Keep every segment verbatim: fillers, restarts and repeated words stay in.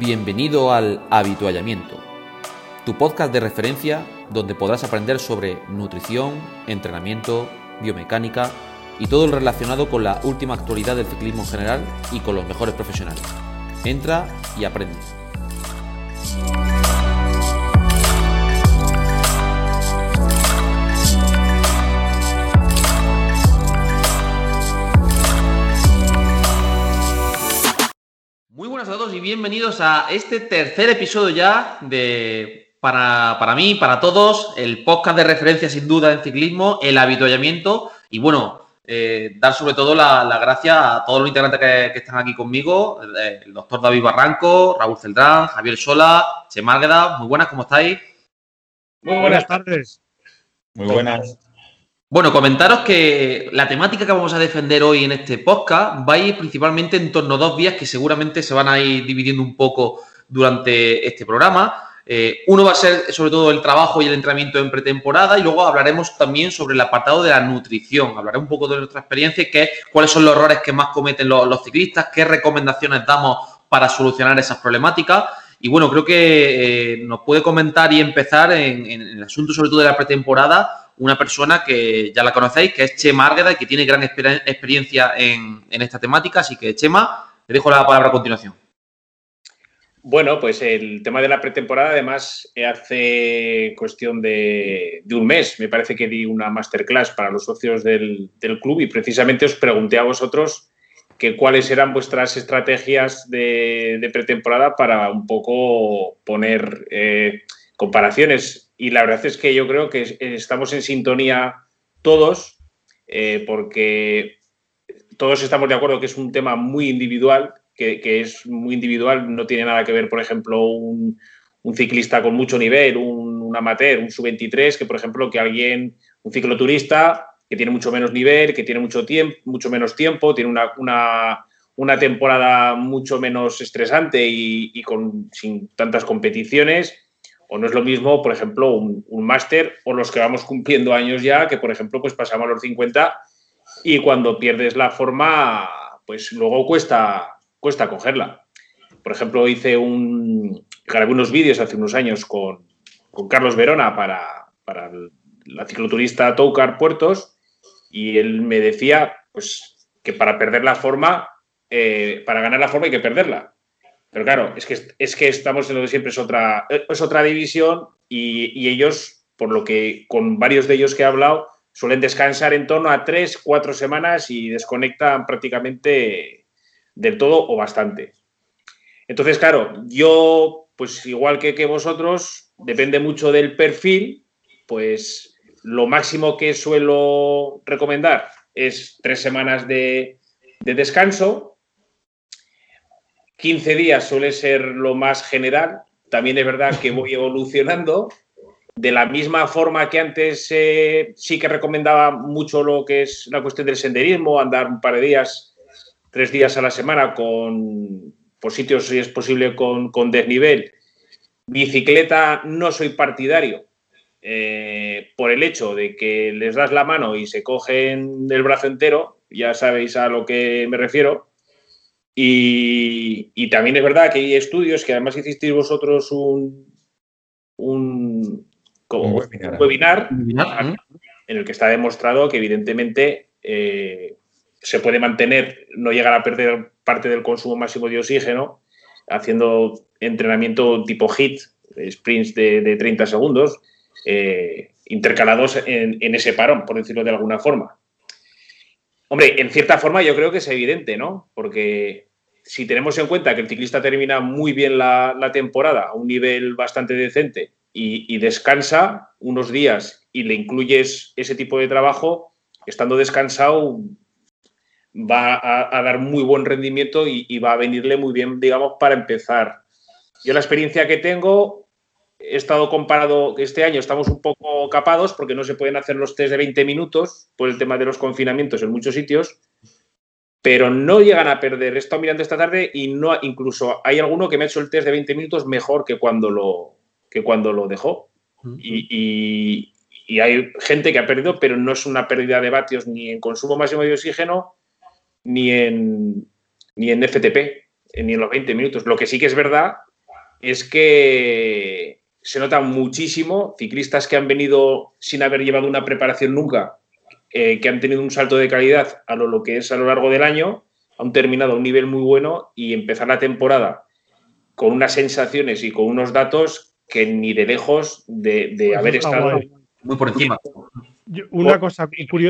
Bienvenido al Habituallamiento, tu podcast de referencia donde podrás aprender sobre nutrición, entrenamiento, biomecánica y todo lo relacionado con la última actualidad del ciclismo en general y con los mejores profesionales. Entra y aprende. Muy buenas a todos y bienvenidos a este tercer episodio ya de, para, para mí, para todos, el podcast de referencia sin duda en ciclismo, el Habituallamiento. Y bueno, eh, dar sobre todo la, la gracia a todos los integrantes que, que están aquí conmigo, el, el doctor David Barranco, Raúl Celdrán, Javier Sola, Chema Águeda. Muy buenas, ¿cómo estáis? Muy buenas tardes. Muy buenas. Bueno, comentaros que la temática que vamos a defender hoy en este podcast va a ir principalmente en torno a dos vías que seguramente se van a ir dividiendo un poco durante este programa. Eh, uno va a ser sobre todo el trabajo y el entrenamiento en pretemporada y luego hablaremos también sobre el apartado de la nutrición. Hablaré un poco de nuestra experiencia y qué, cuáles son los errores que más cometen los, los ciclistas, qué recomendaciones damos para solucionar esas problemáticas. Y bueno, creo que eh, nos puede comentar y empezar en, en el asunto sobre todo de la pretemporada una persona que ya la conocéis, que es Chema Águeda y que tiene gran exper- experiencia en, en esta temática. Así que, Chema, te dejo la palabra a continuación. Bueno, pues el tema de la pretemporada, además, hace cuestión de, de un mes, me parece que di una masterclass para los socios del, del club y precisamente os pregunté a vosotros que cuáles eran vuestras estrategias de, de pretemporada para un poco poner eh, comparaciones. Y la verdad es que yo creo que estamos en sintonía todos, eh, porque todos estamos de acuerdo que es un tema muy individual, que, que es muy individual, no tiene nada que ver, por ejemplo, un, un ciclista con mucho nivel, un, un amateur, un sub veintitrés, que por ejemplo que alguien, un cicloturista que tiene mucho menos nivel, que tiene mucho tiempo, mucho menos tiempo, tiene una, una, una temporada mucho menos estresante y, y con, sin tantas competiciones. O no es lo mismo, por ejemplo, un, un máster o los que vamos cumpliendo años ya, que por ejemplo pues pasamos a los cincuenta y cuando pierdes la forma, pues luego cuesta, cuesta cogerla. Por ejemplo, hice un, grabé unos vídeos hace unos años con, con Carlos Verona para, para el, la cicloturista Toucar Puertos y él me decía pues, que para perder la forma, eh, para ganar la forma hay que perderla. Pero claro, es que, es que estamos en lo de siempre, es otra, es otra división y, y ellos, por lo que con varios de ellos que he hablado, suelen descansar en torno a tres, cuatro semanas y desconectan prácticamente del todo o bastante. Entonces, claro, yo, pues igual que, que vosotros, depende mucho del perfil, pues lo máximo que suelo recomendar es tres semanas de, de descanso. quince días suele ser lo más general. También es verdad que voy evolucionando. De la misma forma que antes eh, sí que recomendaba mucho lo que es la cuestión del senderismo, andar un par de días, tres días a la semana con, por sitios, si es posible, con, con desnivel. Bicicleta no soy partidario eh, por el hecho de que les das la mano y se cogen el brazo entero. Ya sabéis a lo que me refiero. Y, y también es verdad que hay estudios que además hicisteis vosotros un, un, como, un webinar, un webinar ¿eh? En el que está demostrado que evidentemente eh, se puede mantener, no llegar a perder parte del consumo máximo de oxígeno haciendo entrenamiento tipo HIIT, sprints de, de treinta segundos, eh, intercalados en, en ese parón, por decirlo de alguna forma. Hombre, en cierta forma yo creo que es evidente, ¿no? Porque si tenemos en cuenta que el ciclista termina muy bien la, la temporada a un nivel bastante decente y, y descansa unos días y le incluyes ese tipo de trabajo, estando descansado va a, a dar muy buen rendimiento y, y va a venirle muy bien, digamos, para empezar. Yo la experiencia que tengo, he estado comparado, este año estamos un poco capados porque no se pueden hacer los test de veinte minutos por el tema de los confinamientos en muchos sitios, pero no llegan a perder. He estado mirando esta tarde y no, incluso hay alguno que me ha hecho el test de veinte minutos mejor que cuando lo, que cuando lo dejó. Uh-huh. Y, y, y hay gente que ha perdido, pero no es una pérdida de vatios ni en consumo máximo de oxígeno ni en, ni en F T P, ni en los veinte minutos. Lo que sí que es verdad es que se nota muchísimo ciclistas que han venido sin haber llevado una preparación nunca, eh, que han tenido un salto de calidad a lo, lo que es a lo largo del año, han terminado a un nivel muy bueno y empezar la temporada con unas sensaciones y con unos datos que ni de lejos de, de pues haber estado guay. Muy por encima. Yo, una, cosa,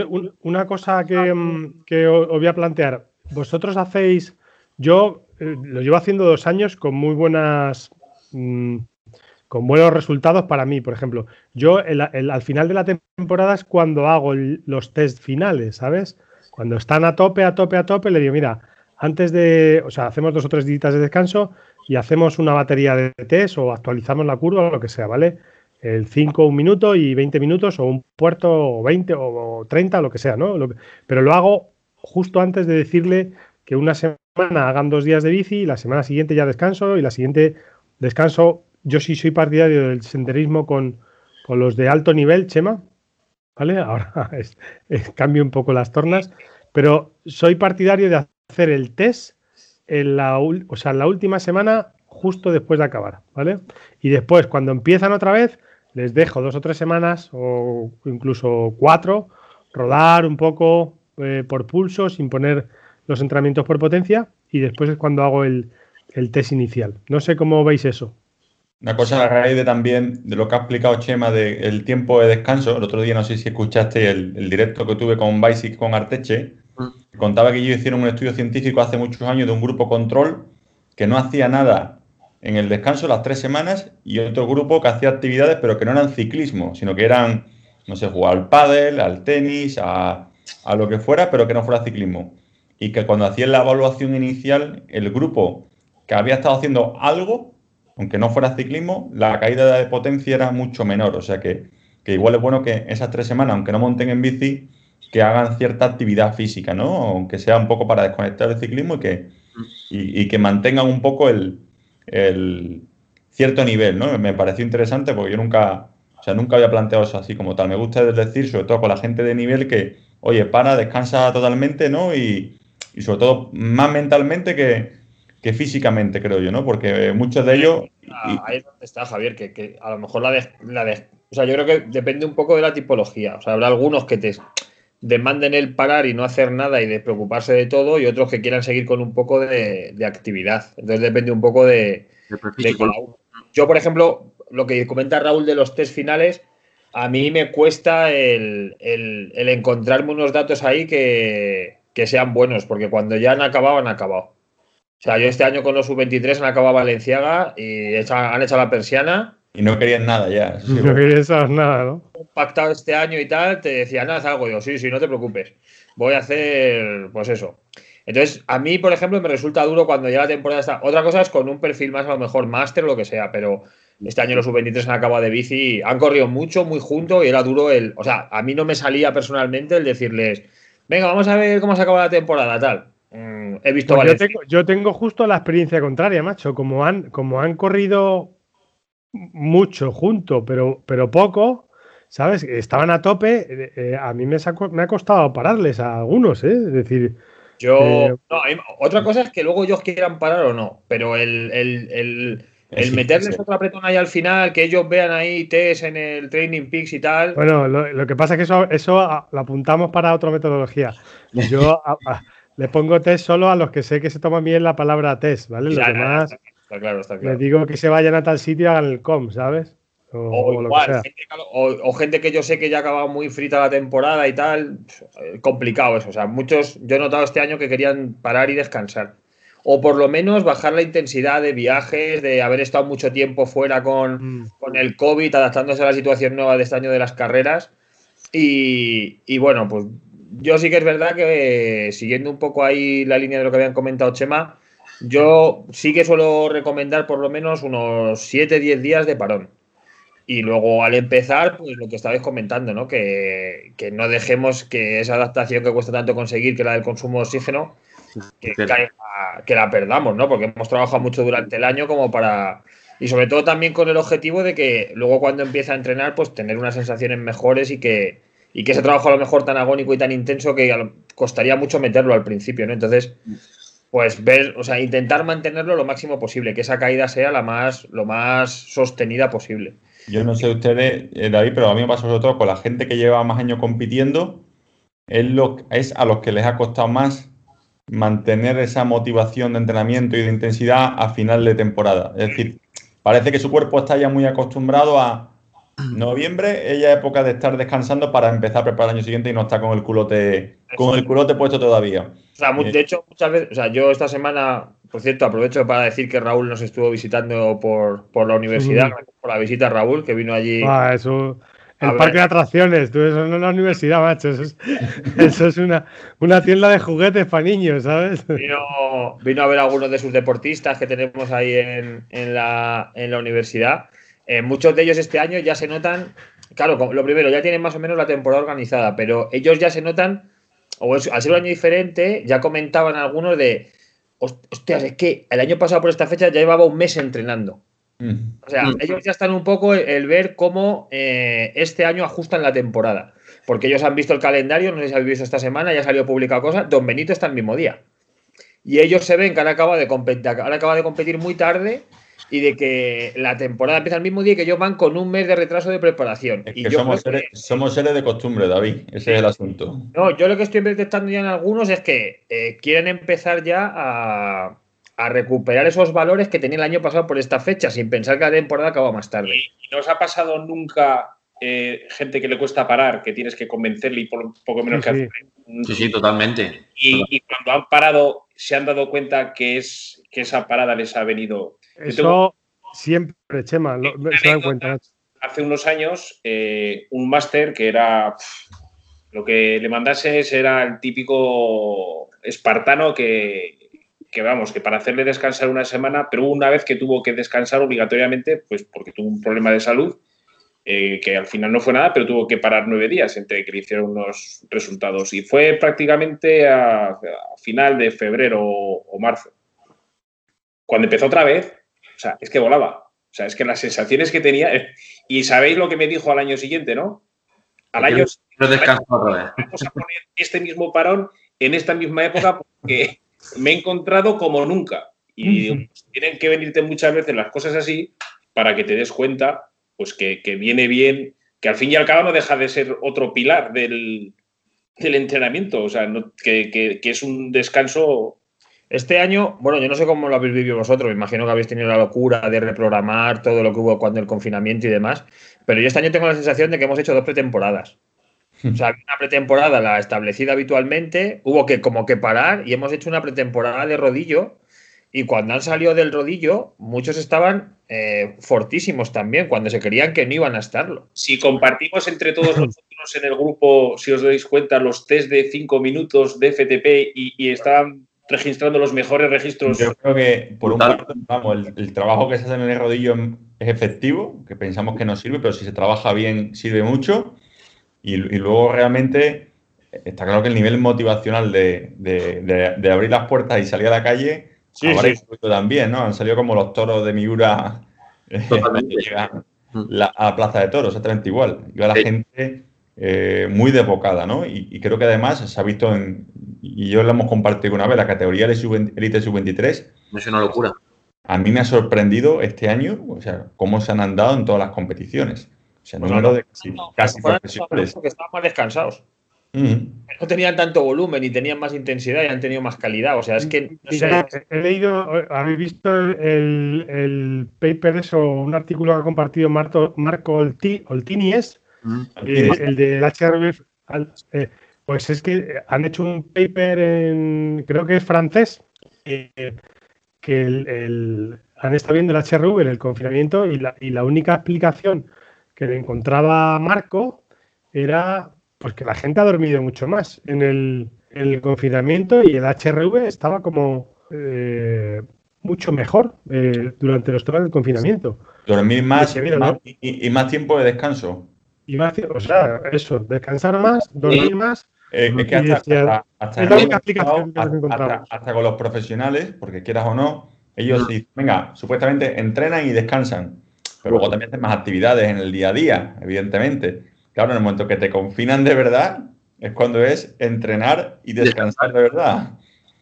una cosa que, que os voy a plantear. Vosotros hacéis, yo eh, lo llevo haciendo dos años con muy buenas, mmm, con buenos resultados para mí, por ejemplo. Yo el, el, al final de la temporada es cuando hago el, los test finales, ¿sabes? Cuando están a tope, a tope, a tope, le digo, mira, antes de, o sea, hacemos dos o tres días de descanso y hacemos una batería de test o actualizamos la curva o lo que sea, ¿vale? El cinco, un minuto y veinte minutos o un puerto o veinte o treinta, lo que sea, ¿no? Lo que, pero lo hago justo antes de decirle que una semana hagan dos días de bici y la semana siguiente ya descanso y la siguiente descanso. Yo sí soy partidario del senderismo con, con los de alto nivel, Chema, ¿vale? Ahora es, es, cambio un poco las tornas, pero soy partidario de hacer el test en la, o sea, en la última semana justo después de acabar, ¿vale? Y después, cuando empiezan otra vez, les dejo dos o tres semanas o incluso cuatro, rodar un poco eh, por pulso, sin poner los entrenamientos por potencia, y después es cuando hago el, el test inicial. No sé cómo veis eso. Una cosa a raíz de también de lo que ha explicado Chema del tiempo de descanso. El otro día no sé si escuchaste el, el directo que tuve con Basic con Arteche. Contaba que ellos hicieron un estudio científico hace muchos años de un grupo control que no hacía nada en el descanso las tres semanas y otro grupo que hacía actividades pero que no eran ciclismo, sino que eran, no sé, jugar al pádel, al tenis, a, a lo que fuera, pero que no fuera ciclismo. Y que cuando hacían la evaluación inicial, el grupo que había estado haciendo algo, aunque no fuera ciclismo, la caída de potencia era mucho menor. O sea que, que igual es bueno que esas tres semanas, aunque no monten en bici, que hagan cierta actividad física, ¿no? Aunque sea un poco para desconectar el ciclismo y que, y, y que mantengan un poco el, el cierto nivel, ¿no? Me pareció interesante porque yo nunca, o sea, nunca había planteado eso así como tal. Me gusta decir, sobre todo con la gente de nivel, que, oye, para, descansa totalmente, ¿no? Y, y sobre todo más mentalmente que, que físicamente, creo yo, ¿no? Porque muchos de ellos... Y... Ahí es donde está, Javier, que, que a lo mejor la de, la de... O sea, yo creo que depende un poco de la tipología. O sea, habrá algunos que te demanden el parar y no hacer nada y de preocuparse de todo, y otros que quieran seguir con un poco de, de actividad. Entonces depende un poco de, de cada uno. Yo, por ejemplo, lo que comenta Raúl de los test finales, a mí me cuesta el, el, el encontrarme unos datos ahí que, que sean buenos, porque cuando ya han acabado, han acabado. O sea, yo este año con los sub veintitrés han acabado Valenciaga y han echado la persiana. Y no querían nada ya. Sí, no querían saber nada, ¿no? Pactado este año y tal, te decían, haz algo. Yo, sí, sí, no te preocupes. Voy a hacer, pues eso. Entonces, a mí, por ejemplo, me resulta duro cuando ya la temporada está... Otra cosa es con un perfil más, a lo mejor, máster o lo que sea, pero este año los sub veintitrés han acabado de bici, han corrido mucho, muy junto, y era duro el... O sea, a mí no me salía personalmente el decirles, venga, vamos a ver cómo se acaba la temporada, tal. Mm, he visto... Pues yo, tengo, yo tengo justo la experiencia contraria, macho. Como han, como han corrido mucho junto, pero, pero poco, ¿sabes? Estaban a tope. Eh, a mí me, saco, me ha costado pararles a algunos, ¿eh? Es decir... Yo... Eh, no, otra cosa es que luego ellos quieran parar o no, pero el, el, el, el sí, meterles sí. otra apretón ahí al final, que ellos vean ahí test en el Training Peaks y tal... Bueno, lo, lo que pasa es que eso, eso a, lo apuntamos para otra metodología. Yo... a, a, le pongo test solo a los que sé que se toman bien la palabra test, ¿vale? Los claro, demás, está claro, está claro. Les digo que se vayan a tal sitio y hagan el com, ¿sabes? O, o, o igual, lo que sea. Gente, o, o gente que yo sé que ya ha acabado muy frita la temporada y tal, complicado eso. O sea, muchos, yo he notado este año que querían parar y descansar. O por lo menos bajar la intensidad de viajes, de haber estado mucho tiempo fuera con, mm. con el COVID, adaptándose a la situación nueva de este año de las carreras. Y, y bueno, pues... Yo sí que es verdad que, eh, siguiendo un poco ahí la línea de lo que habían comentado Chema, yo sí que suelo recomendar por lo menos unos siete a diez días de parón. Y luego al empezar, pues lo que estabais comentando, ¿no? Que, que no dejemos que esa adaptación que cuesta tanto conseguir, que la del consumo de oxígeno, que, caiga, que la perdamos, ¿no? Porque hemos trabajado mucho durante el año como para... Y sobre todo también con el objetivo de que luego cuando empiece a entrenar, pues tener unas sensaciones mejores y que... Y que ese trabajo a lo mejor tan agónico y tan intenso que costaría mucho meterlo al principio, ¿no? Entonces, pues ver, o sea, intentar mantenerlo lo máximo posible, que esa caída sea la más, lo más sostenida posible. Yo no sé ustedes, eh, David, pero a mí me pasa sobre todo con la gente que lleva más años compitiendo, es, lo, es a los que les ha costado más mantener esa motivación de entrenamiento y de intensidad a final de temporada. Es decir, parece que su cuerpo está ya muy acostumbrado a noviembre, ella es época de estar descansando para empezar a preparar el año siguiente y no está con el culote, con el culote puesto todavía. O sea, de hecho, muchas veces, o sea, yo esta semana, por cierto, aprovecho para decir que Raúl nos estuvo visitando por, por la universidad, sí. Por la visita a Raúl, que vino allí. Ah, eso, el parque de atracciones, tú, eso no es la universidad, macho, eso es, eso es una, una tienda de juguetes para niños, ¿sabes? Vino, vino a ver a algunos de sus deportistas que tenemos ahí en, en, la, en la universidad. Eh, muchos de ellos este año ya se notan, claro, lo primero, ya tienen más o menos la temporada organizada, pero ellos ya se notan, o es, al ser un año diferente, ya comentaban algunos de, hostias, es que el año pasado por esta fecha ya llevaba un mes entrenando. Mm. O sea, mm. ellos ya están un poco el, el ver cómo eh, este año ajustan la temporada, porque ellos han visto el calendario, no sé si habéis visto esta semana, ya salió publicada cosa, Don Benito está el mismo día. Y ellos se ven que han acabado de competir, han acabado de competir muy tarde y de que la temporada empieza el mismo día que ellos van con un mes de retraso de preparación. Es y que yo somos, seres, que somos seres de costumbre, David. Ese sí. es el asunto. No, yo lo que estoy detectando ya en algunos es que eh, quieren empezar ya a, a recuperar esos valores que tenían el año pasado por esta fecha, sin pensar que la temporada acaba más tarde. ¿Y no os ha pasado nunca eh, gente que le cuesta parar, que tienes que convencerle y por poco menos sí, que sí. hacer? Sí, sí, totalmente. Y, y cuando han parado, se han dado cuenta que, es, que esa parada les ha venido... Eso tengo... siempre, Chema, lo, se dan cuenta. Hace unos años, eh, un máster que era... Pff, lo que le mandases era el típico espartano que, que, vamos, que para hacerle descansar una semana, pero una vez que tuvo que descansar obligatoriamente, pues porque tuvo un problema de salud, eh, que al final no fue nada, pero tuvo que parar nueve días entre que le hicieron unos resultados. Y fue prácticamente a, a final de febrero o, o marzo. Cuando empezó otra vez, o sea, es que volaba. O sea, es que las sensaciones que tenía... Y sabéis lo que me dijo al año siguiente, ¿no? Al año siguiente vamos a poner este mismo parón en esta misma época porque me he encontrado como nunca. Y uh-huh. tienen que venirte muchas veces las cosas así para que te des cuenta pues que, que viene bien, que al fin y al cabo no deja de ser otro pilar del, del entrenamiento. O sea, no, que, que, que es un descanso... Este año, bueno, yo no sé cómo lo habéis vivido vosotros, me imagino que habéis tenido la locura de reprogramar todo lo que hubo cuando el confinamiento y demás, pero yo este año tengo la sensación de que hemos hecho dos pretemporadas. O sea, una pretemporada la establecida habitualmente, hubo que como que parar y hemos hecho una pretemporada de rodillo y cuando han salido del rodillo, muchos estaban eh, fortísimos también, cuando se creían que no iban a estarlo. Si compartimos entre todos nosotros en el grupo, si os dais cuenta, los test de cinco minutos de F T P y, y estaban registrando los mejores registros. Yo creo que, por un lado, vamos, el, el trabajo que se hace en el rodillo es efectivo, que pensamos que no sirve, pero si se trabaja bien, sirve mucho. Y, y luego realmente está claro que el nivel motivacional de, de, de, de abrir las puertas y salir a la calle sí, habrá sí. influido también, ¿no? Han salido como los toros de Miura la, a la plaza de toros, exactamente igual. Iba la sí. gente eh, muy desbocada, ¿no? Y, y creo que además se ha visto en, y yo lo hemos compartido una vez, la categoría Elite sub veintitrés. Es una locura. A mí me ha sorprendido este año, o sea, cómo se han andado en todas las competiciones. O sea, pues número no, de casi, no, casi no, profesionales. Porque estaban más descansados. Uh-huh. No tenían tanto volumen y tenían más intensidad y han tenido más calidad. O sea, es que... No sé. He leído, ¿habéis visto el, el paper eso, un artículo que ha compartido Marto, Marco Olti, Oltinies, uh-huh. eh, el del H R V? Eh, pues es que han hecho un paper en, creo que es francés, eh, que el, el, han estado viendo el H R V en el confinamiento y la, y la única explicación que le encontraba Marco era pues que la gente ha dormido mucho más en el, en el confinamiento y el H R V estaba como eh, mucho mejor eh, durante los temas del confinamiento. Dormir más, y, mira, más ¿no? y, y más tiempo de descanso. Y más, o sea, eso, descansar más, dormir sí. más. Eh, es que hasta, hasta, hasta, hasta, hasta, hasta con los profesionales, porque quieras o no, ellos dicen, venga, supuestamente entrenan y descansan, pero luego también hacen más actividades en el día a día, evidentemente. Claro, en el momento que te confinan de verdad, es cuando es entrenar y descansar de verdad.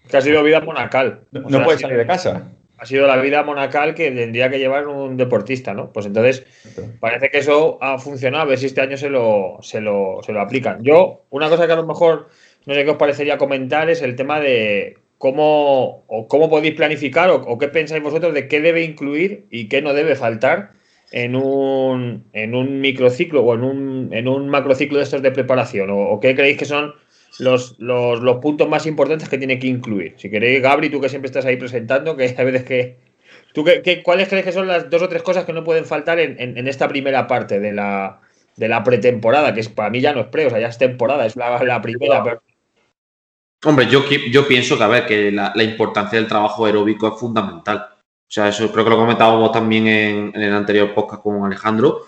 Que ha sido vida monacal. No, no puedes salir de casa. Ha sido la vida monacal que tendría que llevar un deportista, ¿no? Pues entonces parece que eso ha funcionado, a ver si este año se lo, se lo, se lo aplican. Yo, una cosa que a lo mejor no sé qué os parecería comentar es el tema de cómo, o cómo podéis planificar o, o qué pensáis vosotros de qué debe incluir y qué no debe faltar en un, en un microciclo o en un, en un macrociclo de estos de preparación, o, o qué creéis que son Los, los, los puntos más importantes que tiene que incluir. Si queréis, Gabri, tú que siempre estás ahí presentando, que a veces que... ¿Tú qué, qué, ¿Cuáles crees que son las dos o tres cosas que no pueden faltar en, en, en esta primera parte de la, de la pretemporada? Que es, para mí ya no es pre, o sea, ya es temporada, es la, la primera. Pero... Hombre, yo, yo pienso que, a ver, que la, la importancia del trabajo aeróbico es fundamental. O sea, eso creo que lo comentábamos también en, en el anterior podcast con Alejandro.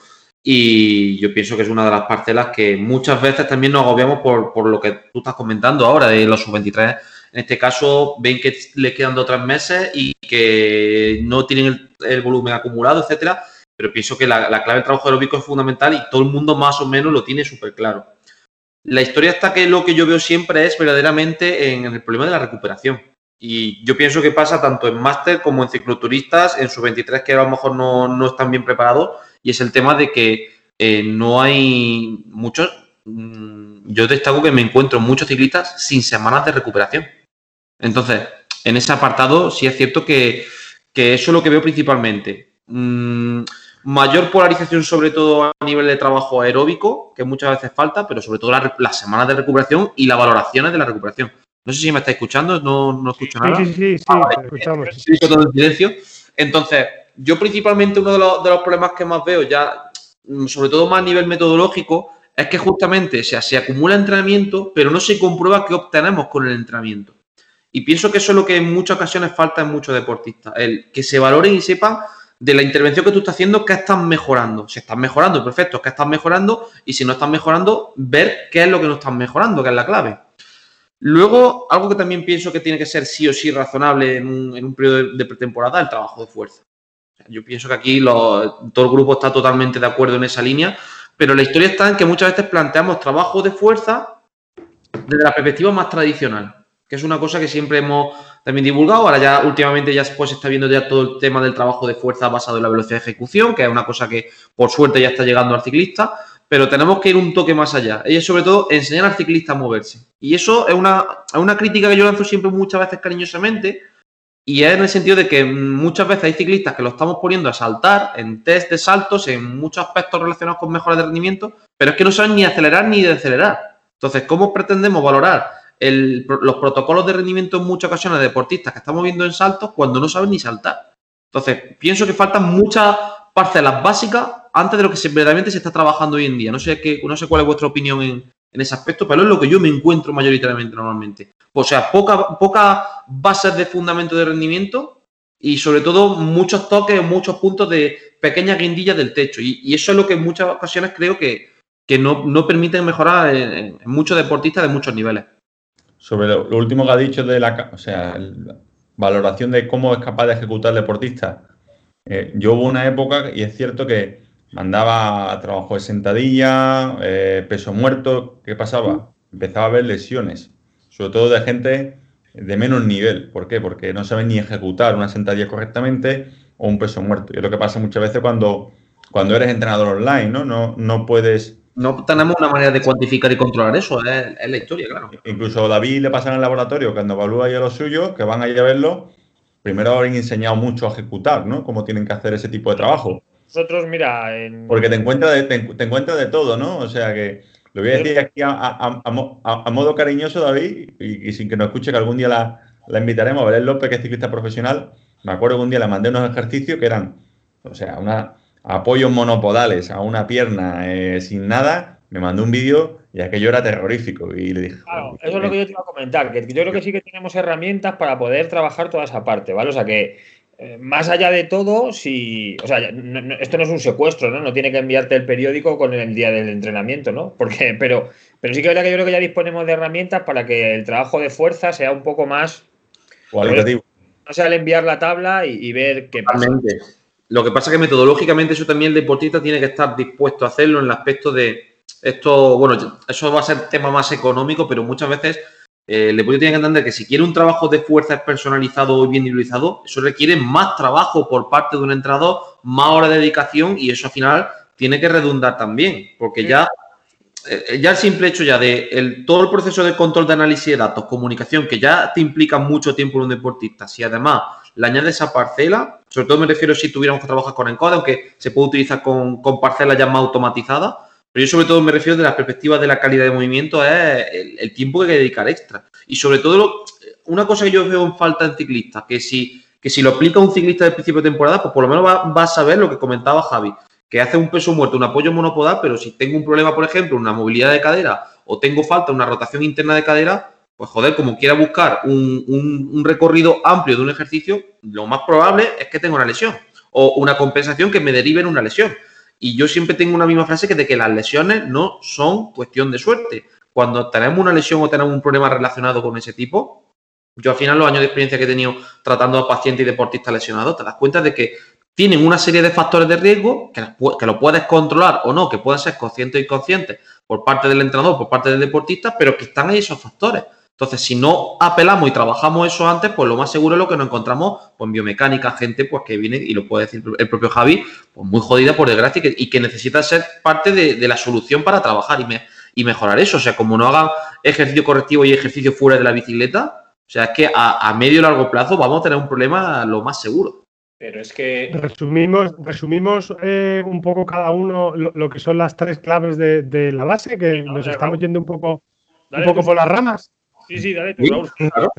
Y yo pienso que es una de las parcelas que muchas veces también nos agobiamos por, por lo que tú estás comentando ahora de los sub veintitrés. En este caso, ven que les quedan dos o tres meses y que no tienen el, el volumen acumulado, etcétera. Pero pienso que la, la clave del trabajo aeróbico es fundamental y todo el mundo más o menos lo tiene súper claro. La historia está que lo que yo veo siempre es verdaderamente en el problema de la recuperación. Y yo pienso que pasa tanto en máster como en cicloturistas, en sub veintitrés que a lo mejor no, no están bien preparados. Y es el tema de que eh, no hay muchos, mmm, yo destaco que me encuentro muchos ciclistas sin semanas de recuperación. Entonces, en ese apartado sí es cierto que, que eso es lo que veo principalmente. Mm, mayor polarización sobre todo a nivel de trabajo aeróbico, que muchas veces falta, pero sobre todo las la semanas de recuperación y las valoraciones de la recuperación. No sé si me estáis escuchando, no, no escucho nada. Sí, sí, sí, sí, ah, te escuchamos. Sí, todo en silencio. Entonces, yo principalmente uno de los, de los problemas que más veo ya, sobre todo más a nivel metodológico, es que justamente o sea, se acumula entrenamiento, pero no se comprueba qué obtenemos con el entrenamiento. Y pienso que eso es lo que en muchas ocasiones falta en muchos deportistas, el que se valoren y sepan de la intervención que tú estás haciendo, qué estás mejorando. Si estás mejorando, perfecto, qué estás mejorando, y si no estás mejorando, ver qué es lo que no estás mejorando, que es la clave. Luego, algo que también pienso que tiene que ser sí o sí razonable en un, en un periodo de pretemporada, el trabajo de fuerza. Yo pienso que aquí lo, todo el grupo está totalmente de acuerdo en esa línea, pero la historia está en que muchas veces planteamos trabajo de fuerza desde la perspectiva más tradicional, que es una cosa que siempre hemos también divulgado. Ahora ya últimamente ya pues, se está viendo ya todo el tema del trabajo de fuerza basado en la velocidad de ejecución, que es una cosa que por suerte ya está llegando al ciclista, pero tenemos que ir un toque más allá. Y es sobre todo enseñar al ciclista a moverse. Y eso es una, es una crítica que yo lanzo siempre muchas veces cariñosamente. Y es en el sentido de que muchas veces hay ciclistas que lo estamos poniendo a saltar en test de saltos, en muchos aspectos relacionados con mejoras de rendimiento, pero es que no saben ni acelerar ni decelerar. Entonces, ¿cómo pretendemos valorar el, los protocolos de rendimiento en muchas ocasiones de deportistas que estamos viendo en saltos cuando no saben ni saltar? Entonces, pienso que faltan muchas parcelas básicas antes de lo que se, verdaderamente se está trabajando hoy en día. No sé, qué, no sé cuál es vuestra opinión en, en ese aspecto, pero es lo que yo me encuentro mayoritariamente normalmente. O sea, pocas poca bases de fundamento de rendimiento y sobre todo muchos toques, muchos puntos de pequeñas guindillas del techo. Y, y eso es lo que en muchas ocasiones creo que, que no, no permiten mejorar en, en muchos deportistas de muchos niveles. Sobre lo, lo último que ha dicho de la, o sea, la valoración de cómo es capaz de ejecutar el deportista. Eh, yo hubo una época, y es cierto que mandaba a trabajo de sentadilla, eh, peso muerto. ¿Qué pasaba? Empezaba a haber lesiones, sobre todo de gente de menos nivel. ¿Por qué? Porque no saben ni ejecutar una sentadilla correctamente o un peso muerto. Y es lo que pasa muchas veces cuando, cuando eres entrenador online, ¿no? No, no puedes... No tenemos una manera de cuantificar y controlar eso, es, es la historia, claro. Incluso a David le pasa en el laboratorio, cuando evalúa ya los suyos, que van a ir a verlo, primero habrían enseñado mucho a ejecutar, ¿no? Cómo tienen que hacer ese tipo de trabajo. Nosotros, mira... En... Porque te encuentras de, te, te encuentra de todo, ¿no? O sea que... Lo voy a decir aquí a, a, a, a, a modo cariñoso, David, y, y sin que nos escuche, que algún día la, la invitaremos. A Belén López, que es ciclista profesional. Me acuerdo que un día le mandé unos ejercicios que eran, o sea, una, apoyos monopodales a una pierna eh, sin nada. Me mandó un vídeo y aquello era terrorífico. Y le dije... Claro, eso es lo que yo te iba a comentar, que yo creo que sí que tenemos herramientas para poder trabajar toda esa parte, ¿vale? O sea que... Más allá de todo, si, o sea, no, no, esto no es un secuestro, ¿no? No tiene que enviarte el periódico con el día del entrenamiento, ¿no? Porque, pero, pero sí que es verdad que yo creo que ya disponemos de herramientas para que el trabajo de fuerza sea un poco más cualitativo. No sea el enviar la tabla y, y ver qué pasa. Lo que pasa es que metodológicamente eso también el deportista tiene que estar dispuesto a hacerlo en el aspecto de esto, bueno, eso va a ser tema más económico, pero muchas veces Eh, el deportista tiene que entender que si quiere un trabajo de fuerza personalizado y bien individualizado, eso requiere más trabajo por parte de un entrenador, más horas de dedicación y eso al final tiene que redundar también, porque ya, eh, ya el simple hecho ya de el, todo el proceso de control de análisis de datos, comunicación, que ya te implica mucho tiempo en un deportista, si además le añades esa parcela, sobre todo me refiero si tuviéramos que trabajar con encode, aunque se puede utilizar con, con parcelas ya más automatizadas, pero yo sobre todo me refiero de la perspectiva de la calidad de movimiento, es el, el tiempo que hay que dedicar extra. Y sobre todo, lo, una cosa que yo veo en falta en ciclistas, que si, que si lo aplica un ciclista del principio de temporada, pues por lo menos va, va a saber lo que comentaba Javi, que hace un peso muerto, un apoyo monopodal, pero si tengo un problema, por ejemplo, una movilidad de cadera o tengo falta una rotación interna de cadera, pues joder, como quiera buscar un, un, un recorrido amplio de un ejercicio, lo más probable es que tenga una lesión o una compensación que me derive en una lesión. Y yo siempre tengo una misma frase que de que las lesiones no son cuestión de suerte. Cuando tenemos una lesión o tenemos un problema relacionado con ese tipo, yo al final los años de experiencia que he tenido tratando a pacientes y deportistas lesionados, te das cuenta de que tienen una serie de factores de riesgo que, que lo puedes controlar o no, que pueden ser conscientes o inconscientes por parte del entrenador, por parte del deportista, pero que están ahí esos factores. Entonces, si no apelamos y trabajamos eso antes, pues lo más seguro es lo que nos encontramos pues, en biomecánica, gente pues que viene, y lo puede decir el propio Javi, pues muy jodida por desgracia y que, y que necesita ser parte de, de la solución para trabajar y, me, y mejorar eso. O sea, como no hagan ejercicio correctivo y ejercicio fuera de la bicicleta, o sea, es que a, a medio y largo plazo vamos a tener un problema lo más seguro. Pero es que... Resumimos, resumimos eh, un poco cada uno lo, lo que son las tres claves de, de la base, que sí, no, nos estamos yendo un poco, un poco por las ramas. Sí, sí, dale tú, Raúl. Claro.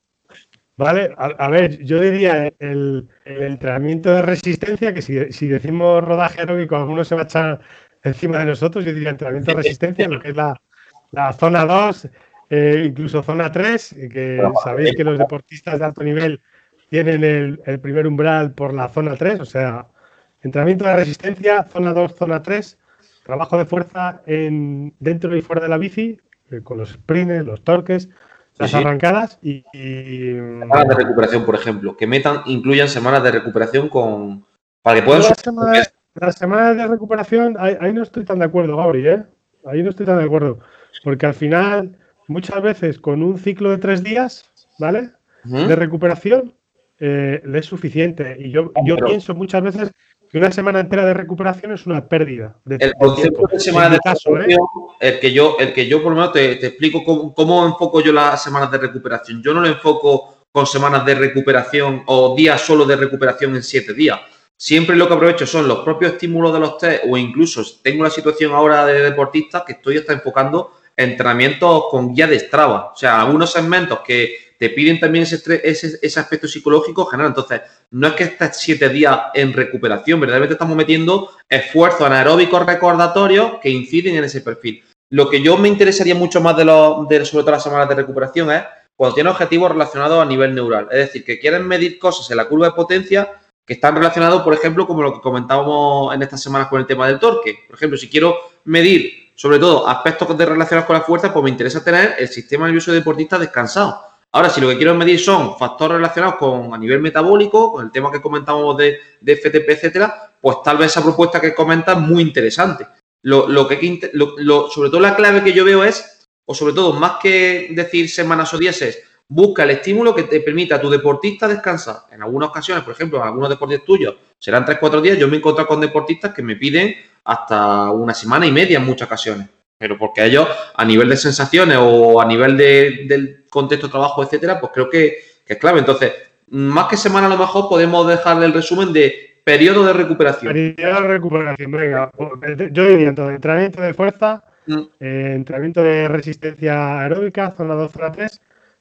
Vale, a, a ver, yo diría el, el entrenamiento de resistencia, que si, si decimos rodaje aeróbico, algunos se va a echar encima de nosotros, yo diría entrenamiento de resistencia, lo que es la, la zona dos, eh, incluso zona tres, que sabéis que los deportistas de alto nivel tienen el, el primer umbral por la zona tres, o sea, entrenamiento de resistencia, zona dos, zona tres, trabajo de fuerza en, dentro y fuera de la bici, con los sprints, los torques, las sí, arrancadas y, y... Semanas de recuperación, por ejemplo. Que metan, incluyan semanas de recuperación con... Para que puedan... Las semanas, las semanas de recuperación, ahí, ahí no estoy tan de acuerdo, Gabri, ¿eh? Ahí no estoy tan de acuerdo. Porque al final, muchas veces con un ciclo de tres días, ¿vale? Uh-huh. De recuperación, eh, le es suficiente. Y yo, yo Pero... pienso muchas veces que una semana entera de recuperación es una pérdida de, el concepto de semana de recuperación, ¿eh? el que yo, el que yo por lo menos te, te explico cómo, cómo enfoco yo las semanas de recuperación. Yo no lo enfoco con semanas de recuperación o días solo de recuperación en siete días. Siempre lo que aprovecho son los propios estímulos de los test o incluso tengo la situación ahora de deportistas que estoy hasta enfocando entrenamientos con guía de Strava. O sea, algunos segmentos que te piden también ese, ese, ese aspecto psicológico general. Entonces, no es que estés siete días en recuperación, verdaderamente estamos metiendo esfuerzos anaeróbicos recordatorios que inciden en ese perfil. Lo que yo me interesaría mucho más de, los, de sobre todo las semanas de recuperación es cuando tienes objetivos relacionados a nivel neural. Es decir, que quieren medir cosas en la curva de potencia que están relacionados, por ejemplo, como lo que comentábamos en estas semanas con el tema del torque. Por ejemplo, si quiero medir, sobre todo, aspectos relacionados con la fuerza, pues me interesa tener el sistema nervioso deportista descansado. Ahora, si lo que quiero medir son factores relacionados con a nivel metabólico, con el tema que comentamos de, de F T P, etcétera, pues tal vez esa propuesta que comentas es muy interesante. Lo, lo que, lo, lo, sobre todo la clave que yo veo es, o sobre todo, más que decir semanas o días, es busca el estímulo que te permita a tu deportista descansar. En algunas ocasiones, por ejemplo, en algunos deportes tuyos, serán tres, cuatro días. Yo me he encontrado con deportistas que me piden hasta una semana y media en muchas ocasiones. Pero porque ellos, a nivel de sensaciones o a nivel de, del contexto de trabajo, etcétera, pues creo que, que es clave. Entonces, más que semana, a lo mejor podemos dejarle el resumen de periodo de recuperación. Periodo de recuperación, venga. Yo diría entonces, entrenamiento de fuerza, mm. eh, entrenamiento de resistencia aeróbica, zona dos, zona tres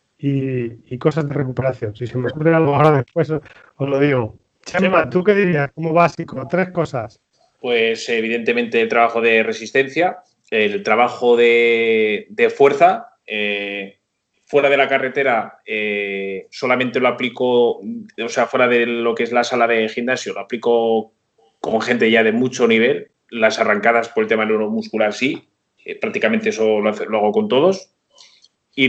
y, y cosas de recuperación. Si se me ocurre algo ahora después os lo digo. Chema, ¿tú qué dirías como básico? Tres cosas. Pues evidentemente el trabajo de resistencia, el trabajo de, de fuerza, eh, fuera de la carretera eh, solamente lo aplico, o sea, fuera de lo que es la sala de gimnasio, lo aplico con gente ya de mucho nivel. Las arrancadas por el tema neuromuscular sí, eh, prácticamente eso lo, hace, lo hago con todos. Y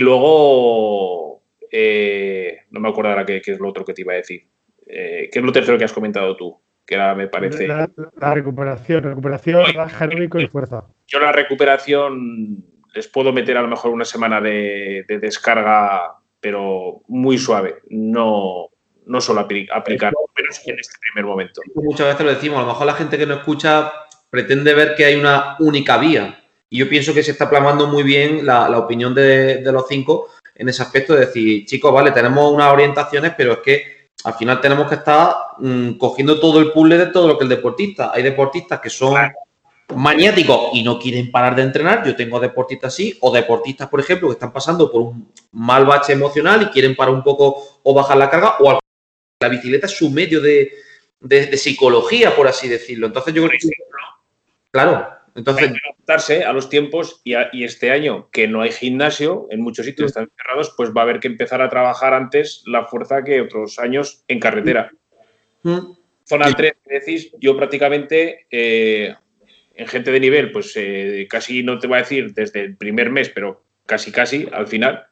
luego, eh, no me acuerdo ahora qué, qué es lo otro que te iba a decir. Eh, ¿Qué es lo tercero que has comentado tú? Que ahora me parece... La, la recuperación, recuperación, trabajo aeróbico y fuerza. Yo la recuperación les puedo meter a lo mejor una semana de, de descarga, pero muy suave. No, no solo aplicar, pero en este primer momento. Muchas veces lo decimos, a lo mejor la gente que nos escucha pretende ver que hay una única vía. Y yo pienso que se está plasmando muy bien la, la opinión de, de los cinco en ese aspecto de decir, chicos, vale, tenemos unas orientaciones, pero es que al final tenemos que estar mmm, cogiendo todo el puzzle de todo lo que es el deportista. Hay deportistas que son claro. maniáticos y no quieren parar de entrenar. Yo tengo deportistas así, o deportistas, por ejemplo, que están pasando por un mal bache emocional y quieren parar un poco o bajar la carga, o al la bicicleta es su medio de, de, de psicología, por así decirlo. Entonces yo creo que... Claro. Entonces, hay que adaptarse a los tiempos y, a, y este año que no hay gimnasio, en muchos sitios están cerrados, pues va a haber que empezar a trabajar antes la fuerza que otros años en carretera. Mm. Zona tres, decís, yo prácticamente eh, en gente de nivel, pues eh, casi no te voy a decir desde el primer mes, pero casi casi al final.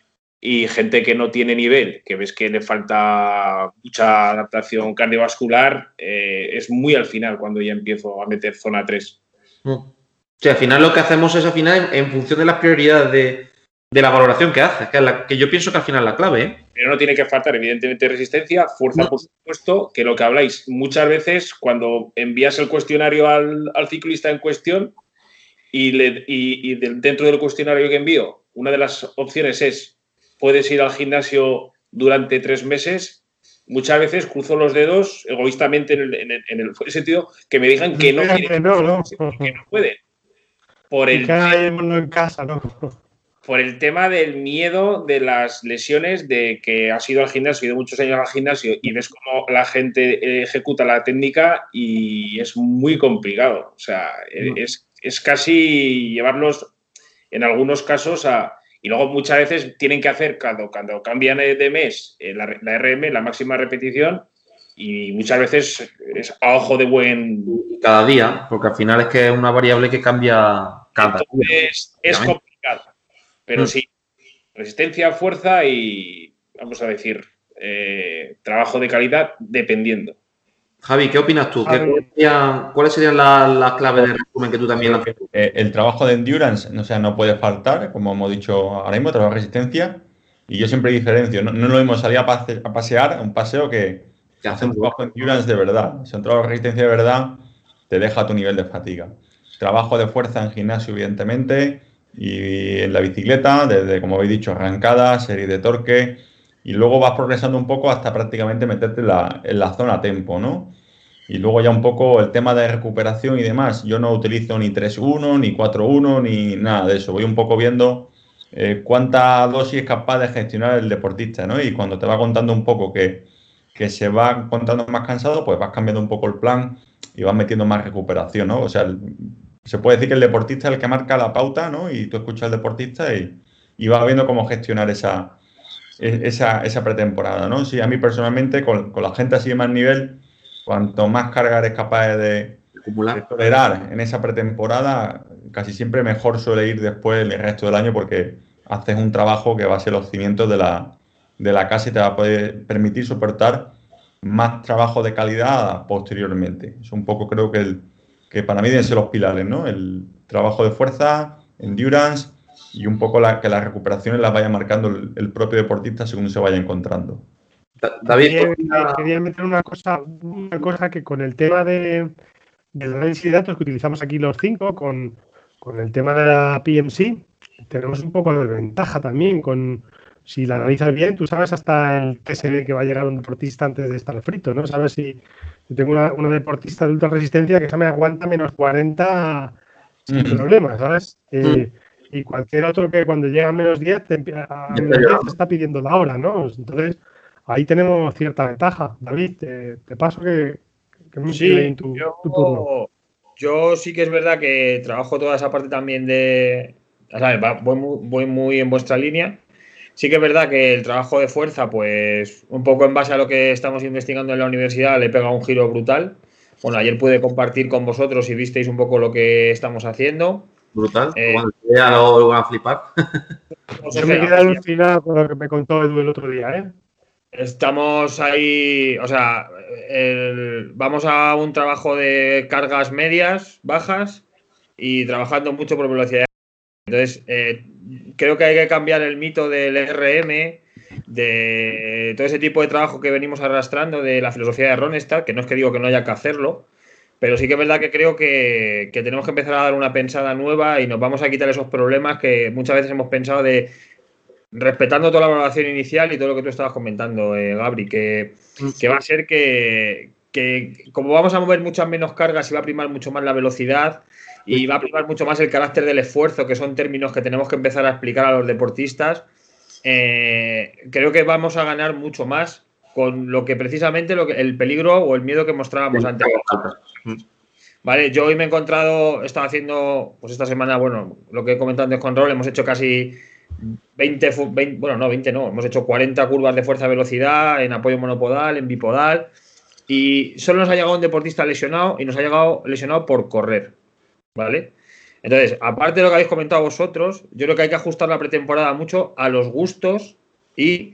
Y gente que no tiene nivel, que ves que le falta mucha adaptación cardiovascular, eh, es muy al final cuando ya empiezo a meter zona tres. O sea, al final lo que hacemos es al final en, en función de las prioridades de, de la valoración que haces, que, es la, que yo pienso que al final es la clave, ¿eh? Pero no tiene que faltar, evidentemente, resistencia, fuerza, no. Por supuesto, que lo que habláis muchas veces cuando envías el cuestionario al, al ciclista en cuestión y, le, y, y de, dentro del cuestionario que envío, una de las opciones es puedes ir al gimnasio durante tres meses. Muchas veces cruzo los dedos egoístamente en el, en el, en el sentido que me digan que no quieren, no, no. que no pueden. Por el, en casa, ¿no? por el tema del miedo de las lesiones, de que has ido al gimnasio, ido muchos años al gimnasio y ves cómo la gente ejecuta la técnica y es muy complicado. O sea, no. es, es casi llevarlos en algunos casos a... Y luego muchas veces tienen que hacer, cuando, cuando cambian de mes, la, la R M, la máxima repetición, y muchas veces es a ojo de buen... Cada día, porque al final es que es una variable que cambia cada Entonces, día. Es complicado, pero mm. sí, resistencia, fuerza y, vamos a decir, eh, trabajo de calidad dependiendo. Javi, ¿qué opinas tú? ¿Qué, serían, ¿Cuáles serían las, las claves de resumen que tú también has visto? Eh, el trabajo de endurance, o sea, no puede faltar, como hemos dicho ahora mismo, trabajo de resistencia. Y yo siempre diferencio, no, no lo mismo salir a, pase, a pasear, un paseo que, que hacer un trabajo de endurance de verdad. O sea, un trabajo de resistencia de verdad te deja a tu nivel de fatiga. Trabajo de fuerza en gimnasio, evidentemente, y en la bicicleta, desde, como habéis dicho, arrancada, serie de torque, y luego vas progresando un poco hasta prácticamente meterte en la, en la zona tempo, ¿no? Y luego ya un poco el tema de recuperación y demás. Yo no utilizo ni tres uno, ni cuatro uno, ni nada de eso. Voy un poco viendo eh, cuánta dosis es capaz de gestionar el deportista, ¿no? Y cuando te va contando un poco que, que se va encontrando más cansado, pues vas cambiando un poco el plan y vas metiendo más recuperación, ¿no? O sea, el, se puede decir que el deportista es el que marca la pauta, ¿no? Y tú escuchas al deportista y, y vas viendo cómo gestionar esa, esa, esa pretemporada, ¿no? Sí, a mí personalmente, con, con la gente así de más nivel, cuanto más carga eres capaz de, de tolerar en esa pretemporada, casi siempre mejor suele ir después el resto del año porque haces un trabajo que va a ser los cimientos de la, de la casa y te va a poder permitir soportar más trabajo de calidad posteriormente. Es un poco, creo que, el, que para mí deben ser los pilares, ¿no? El trabajo de fuerza, endurance y un poco la, que las recuperaciones las vaya marcando el, el propio deportista según se vaya encontrando. David, quería, quería meter una cosa, una cosa que con el tema de, del análisis de datos que utilizamos aquí los cinco, con, con el tema de la P M C, tenemos un poco de ventaja también. Con si la analizas bien, tú sabes hasta el T S D que va a llegar un deportista antes de estar frito, ¿no? Sabes si yo tengo una, una deportista de ultra resistencia que se me aguanta menos cuarenta sin mm. problemas, ¿sabes? Mm. Eh, y cualquier otro que cuando llega a menos diez, te, a menos diez te está pidiendo la hora, ¿no? Entonces, ahí tenemos cierta ventaja. David, te, te paso que, que me sí, en tu, yo, tu turno. Yo sí que es verdad que trabajo toda esa parte también de... ¿sabes? Voy muy, voy muy en vuestra línea. Sí que es verdad que el trabajo de fuerza, pues un poco en base a lo que estamos investigando en la universidad, le pega un giro brutal. Bueno, ayer pude compartir con vosotros y visteis un poco lo que estamos haciendo. Brutal. Eh, Cuando ya lo van a flipar. Yo me quedé alucinado con lo que me contó Edu el otro día, ¿eh? Estamos ahí, o sea, el, vamos a un trabajo de cargas medias, bajas y trabajando mucho por velocidad Entonces, eh, creo que hay que cambiar el mito del R M, de todo ese tipo de trabajo que venimos arrastrando, de la filosofía de Ronstadt, que no es que digo que no haya que hacerlo, pero sí que es verdad que creo que, que tenemos que empezar a dar una pensada nueva y nos vamos a quitar esos problemas que muchas veces hemos pensado de, respetando toda la valoración inicial y todo lo que tú estabas comentando, eh, Gabri, que, que va a ser que, que como vamos a mover muchas menos cargas y va a primar mucho más la velocidad y va a primar mucho más el carácter del esfuerzo, que son términos que tenemos que empezar a explicar a los deportistas, eh, creo que vamos a ganar mucho más con lo que precisamente lo que, el peligro o el miedo que mostrábamos antes. Vale, yo hoy me he encontrado, he estado haciendo, pues esta semana, bueno, lo que he comentado antes con Rol, hemos hecho casi veinte, veinte, bueno, no, veinte no, hemos hecho cuarenta curvas de fuerza-velocidad en apoyo monopodal, en bipodal, y solo nos ha llegado un deportista lesionado y nos ha llegado lesionado por correr, ¿vale? Entonces, aparte de lo que habéis comentado vosotros, yo creo que hay que ajustar la pretemporada mucho a los gustos y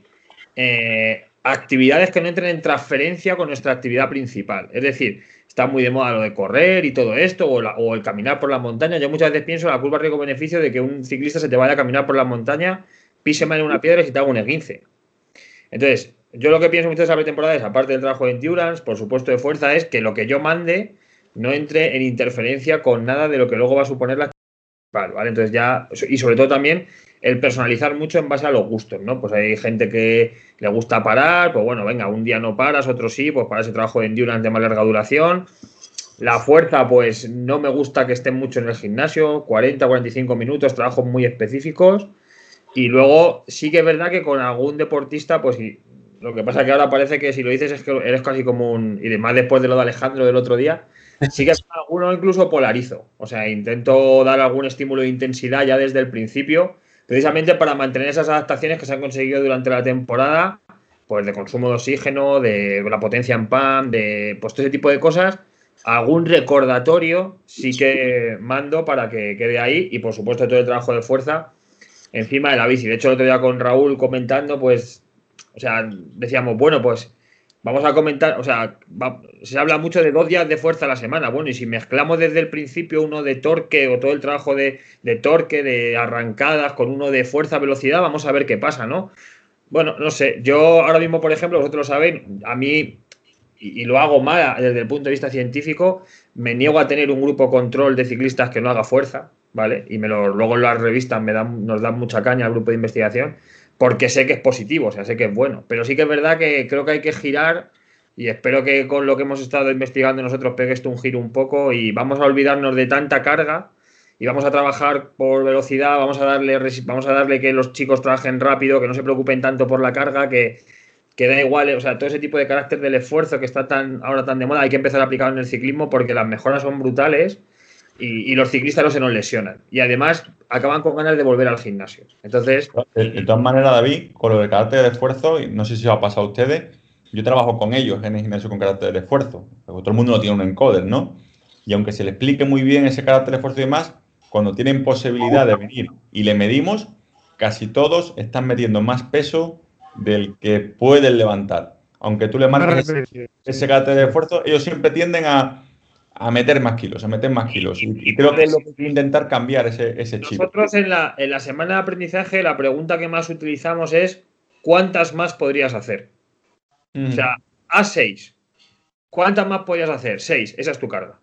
eh, actividades que no entren en transferencia con nuestra actividad principal. Es decir, está muy de moda lo de correr y todo esto, o, la, o el caminar por la montaña. Yo muchas veces pienso en la curva riesgo-beneficio de que un ciclista se te vaya a caminar por la montaña, pise mal en una piedra y se te haga un esguince. Entonces, yo lo que pienso mucho de esa pretemporada es, aparte del trabajo de endurance, por supuesto de fuerza, es que lo que yo mande no entre en interferencia con nada de lo que luego va a suponer la actividad, ¿vale? Entonces ya, y sobre todo también el personalizar mucho en base a los gustos, ¿no? Pues hay gente que le gusta parar, pues bueno, venga, un día no paras, otro sí, pues para ese trabajo de endurance de más larga duración. La fuerza, pues no me gusta que esté mucho en el gimnasio, cuarenta, cuarenta y cinco minutos, trabajos muy específicos. Y luego sí que es verdad que con algún deportista, pues lo que pasa es que ahora parece que si lo dices es que eres casi como un... Y además después de lo de Alejandro del otro día, sí que con alguno incluso polarizo. O sea, intento dar algún estímulo de intensidad ya desde el principio, precisamente para mantener esas adaptaciones que se han conseguido durante la temporada, pues de consumo de oxígeno, de la potencia en P A M, de pues todo ese tipo de cosas. Algún recordatorio sí que mando para que quede ahí y por supuesto todo el trabajo de fuerza encima de la bici. De hecho, el otro día con Raúl comentando, pues, o sea, decíamos, bueno, pues vamos a comentar, o sea, va, se habla mucho de dos días de fuerza a la semana. Bueno, y si mezclamos desde el principio uno de torque o todo el trabajo de, de torque, de arrancadas, con uno de fuerza, velocidad, vamos a ver qué pasa, ¿no? Bueno, no sé, yo ahora mismo, por ejemplo, vosotros lo sabéis, a mí, y, y lo hago mal desde el punto de vista científico, me niego a tener un grupo control de ciclistas que no haga fuerza, ¿vale? Y me lo, luego en las revistas me dan, nos dan mucha caña al grupo de investigación, porque sé que es positivo, o sea, sé que es bueno. Pero sí que es verdad que creo que hay que girar y espero que con lo que hemos estado investigando nosotros pegue esto un giro un poco y vamos a olvidarnos de tanta carga y vamos a trabajar por velocidad, vamos a darle, vamos a darle que los chicos trabajen rápido, que no se preocupen tanto por la carga, que, que da igual, o sea, todo ese tipo de carácter del esfuerzo que está tan ahora tan de moda, hay que empezar a aplicarlo en el ciclismo porque las mejoras son brutales. Y, y los ciclistas no se nos lesionan. Y además acaban con ganas de volver al gimnasio. Entonces... De, de todas maneras, David, con lo de carácter de esfuerzo, y no sé si os ha pasado a ustedes, yo trabajo con ellos en el gimnasio con carácter de esfuerzo. Porque todo el mundo no tiene un encoder, ¿no? Y aunque se le explique muy bien ese carácter de esfuerzo y demás, cuando tienen posibilidad de venir y le medimos, casi todos están metiendo más peso del que pueden levantar. Aunque tú le marques ese, ese carácter de esfuerzo, ellos siempre tienden a... a meter más kilos, a meter más kilos. Y, y creo que es lo que hay que intentar cambiar ese, ese chip. Nosotros en la, en la semana de aprendizaje la pregunta que más utilizamos es ¿cuántas más podrías hacer? Mm. O sea, a seis. ¿Cuántas más podrías hacer? seis. Esa es tu carga.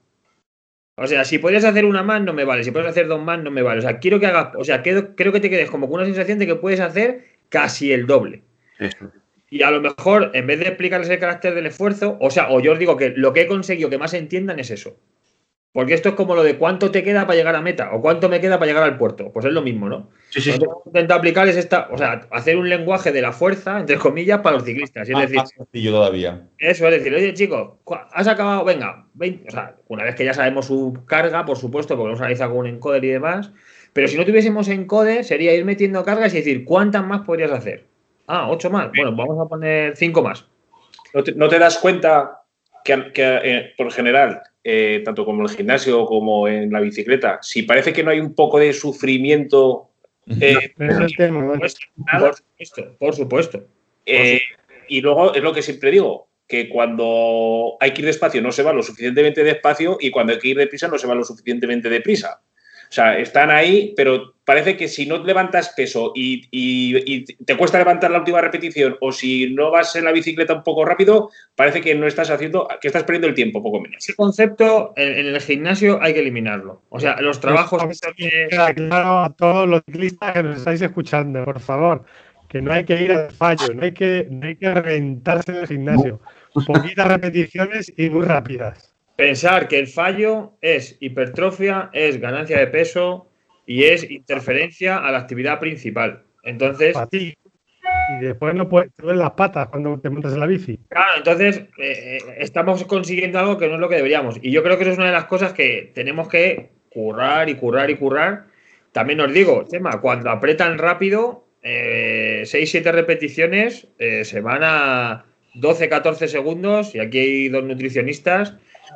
O sea, si podrías hacer una más, no me vale. Si puedes hacer dos más, no me vale. O sea, quiero que hagas... O sea, creo, creo que te quedes como con una sensación de que puedes hacer casi el doble. Eso. Y a lo mejor, en vez de explicarles el carácter del esfuerzo, o sea, o yo os digo que lo que he conseguido que más entiendan es eso. Porque esto es como lo de cuánto te queda para llegar a meta o cuánto me queda para llegar al puerto. Pues es lo mismo, ¿no? Sí, sí. Lo que intento aplicar es esta, o sea, hacer un lenguaje de la fuerza, entre comillas, para los ciclistas. Es decir, más sencillo todavía. Eso, es decir, oye, chicos, has acabado, venga, veinte, o sea, una vez que ya sabemos su carga, por supuesto, porque lo hemos analizado con un encoder y demás, pero si no tuviésemos encoder, sería ir metiendo cargas y decir, ¿cuántas más podrías hacer? Ah, ocho más. Bueno, vamos a poner cinco más. ¿No te, no te das cuenta que, que eh, por general, eh, tanto como en el gimnasio como en la bicicleta, si parece que no hay un poco de sufrimiento... Eh, no, no es el tema, ¿no? Por supuesto, por supuesto. Eh, y luego es lo que siempre digo, que cuando hay que ir despacio no se va lo suficientemente despacio y cuando hay que ir deprisa no se va lo suficientemente deprisa. O sea, están ahí, pero parece que si no levantas peso y, y, y te cuesta levantar la última repetición o si no vas en la bicicleta un poco rápido, parece que no estás haciendo, que estás perdiendo el tiempo, poco menos. Ese concepto en, en el gimnasio hay que eliminarlo. O sea, los trabajos... Que queda claro a todos los ciclistas que nos estáis escuchando, por favor, que no hay que ir al fallo, no hay que, no hay que reventarse en el gimnasio. Poquitas repeticiones y muy rápidas. Pensar que el fallo es hipertrofia, es ganancia de peso y es interferencia a la actividad principal. Entonces... Para ti. Y después no puedes, te duelen las patas cuando te montas en la bici. Claro, entonces eh, estamos consiguiendo algo que no es lo que deberíamos. Y yo creo que eso es una de las cosas que tenemos que currar y currar y currar. También os digo, Chema, cuando apretan rápido, eh, seis siete repeticiones, eh, se van a doce catorce segundos, y aquí hay dos nutricionistas,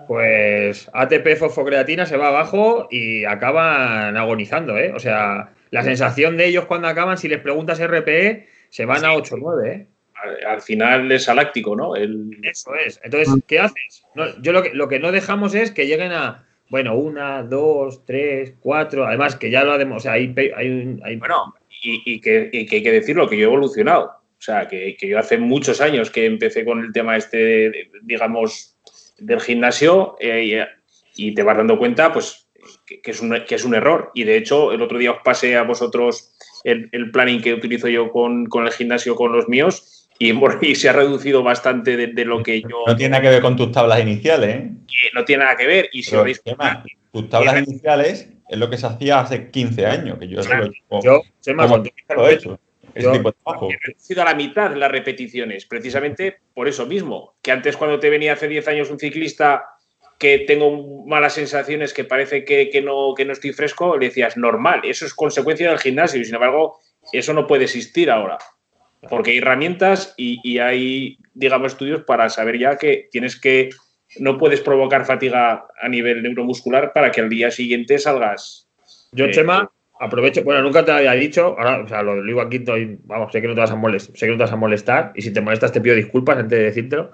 pues A T P fosfocreatina se va abajo y acaban agonizando, ¿eh? O sea, la sensación de ellos cuando acaban, si les preguntas R P E, se van sí. a ocho nueve, ¿eh? Al final es aláctico, ¿no? El... Eso es. Entonces, ¿qué haces? No, yo lo que, lo que no dejamos es que lleguen a, bueno, una, dos, tres, cuatro, además que ya lo hacemos, o sea, hay... hay, hay... Bueno, y, y, que, y que hay que decirlo, que yo he evolucionado. O sea, que, que yo hace muchos años que empecé con el tema este, digamos, del gimnasio eh, y te vas dando cuenta, pues, que, que, es un, que es un error. Y, de hecho, el otro día os pasé a vosotros el, el planning que utilizo yo con, con el gimnasio, con los míos, y, y se ha reducido bastante de, de lo que yo... No tiene nada que ver con tus tablas iniciales, ¿eh? No tiene nada que ver. Y si Pero, os veis... Chema, tus tablas iniciales es lo que se hacía hace quince años, que yo claro, eso lo, yo, Chema, como lo he hecho. Ese yo, tipo de trabajo. He reducido a la mitad las repeticiones, precisamente por eso mismo. Que antes, cuando te venía hace diez años un ciclista que tengo malas sensaciones, que parece que, que, no, que no estoy fresco, le decías, normal, eso es consecuencia del gimnasio. Y, sin embargo, eso no puede existir ahora. Porque hay herramientas y, y hay, digamos, estudios para saber ya que tienes que... No puedes provocar fatiga a nivel neuromuscular para que al día siguiente salgas... Yo, eh, Chema... Aprovecho, bueno, nunca te había dicho, ahora, o sea, lo digo aquí, estoy, vamos, sé que no te vas a molestar, sé que no te vas a molestar, y si te molestas te pido disculpas antes de decírtelo.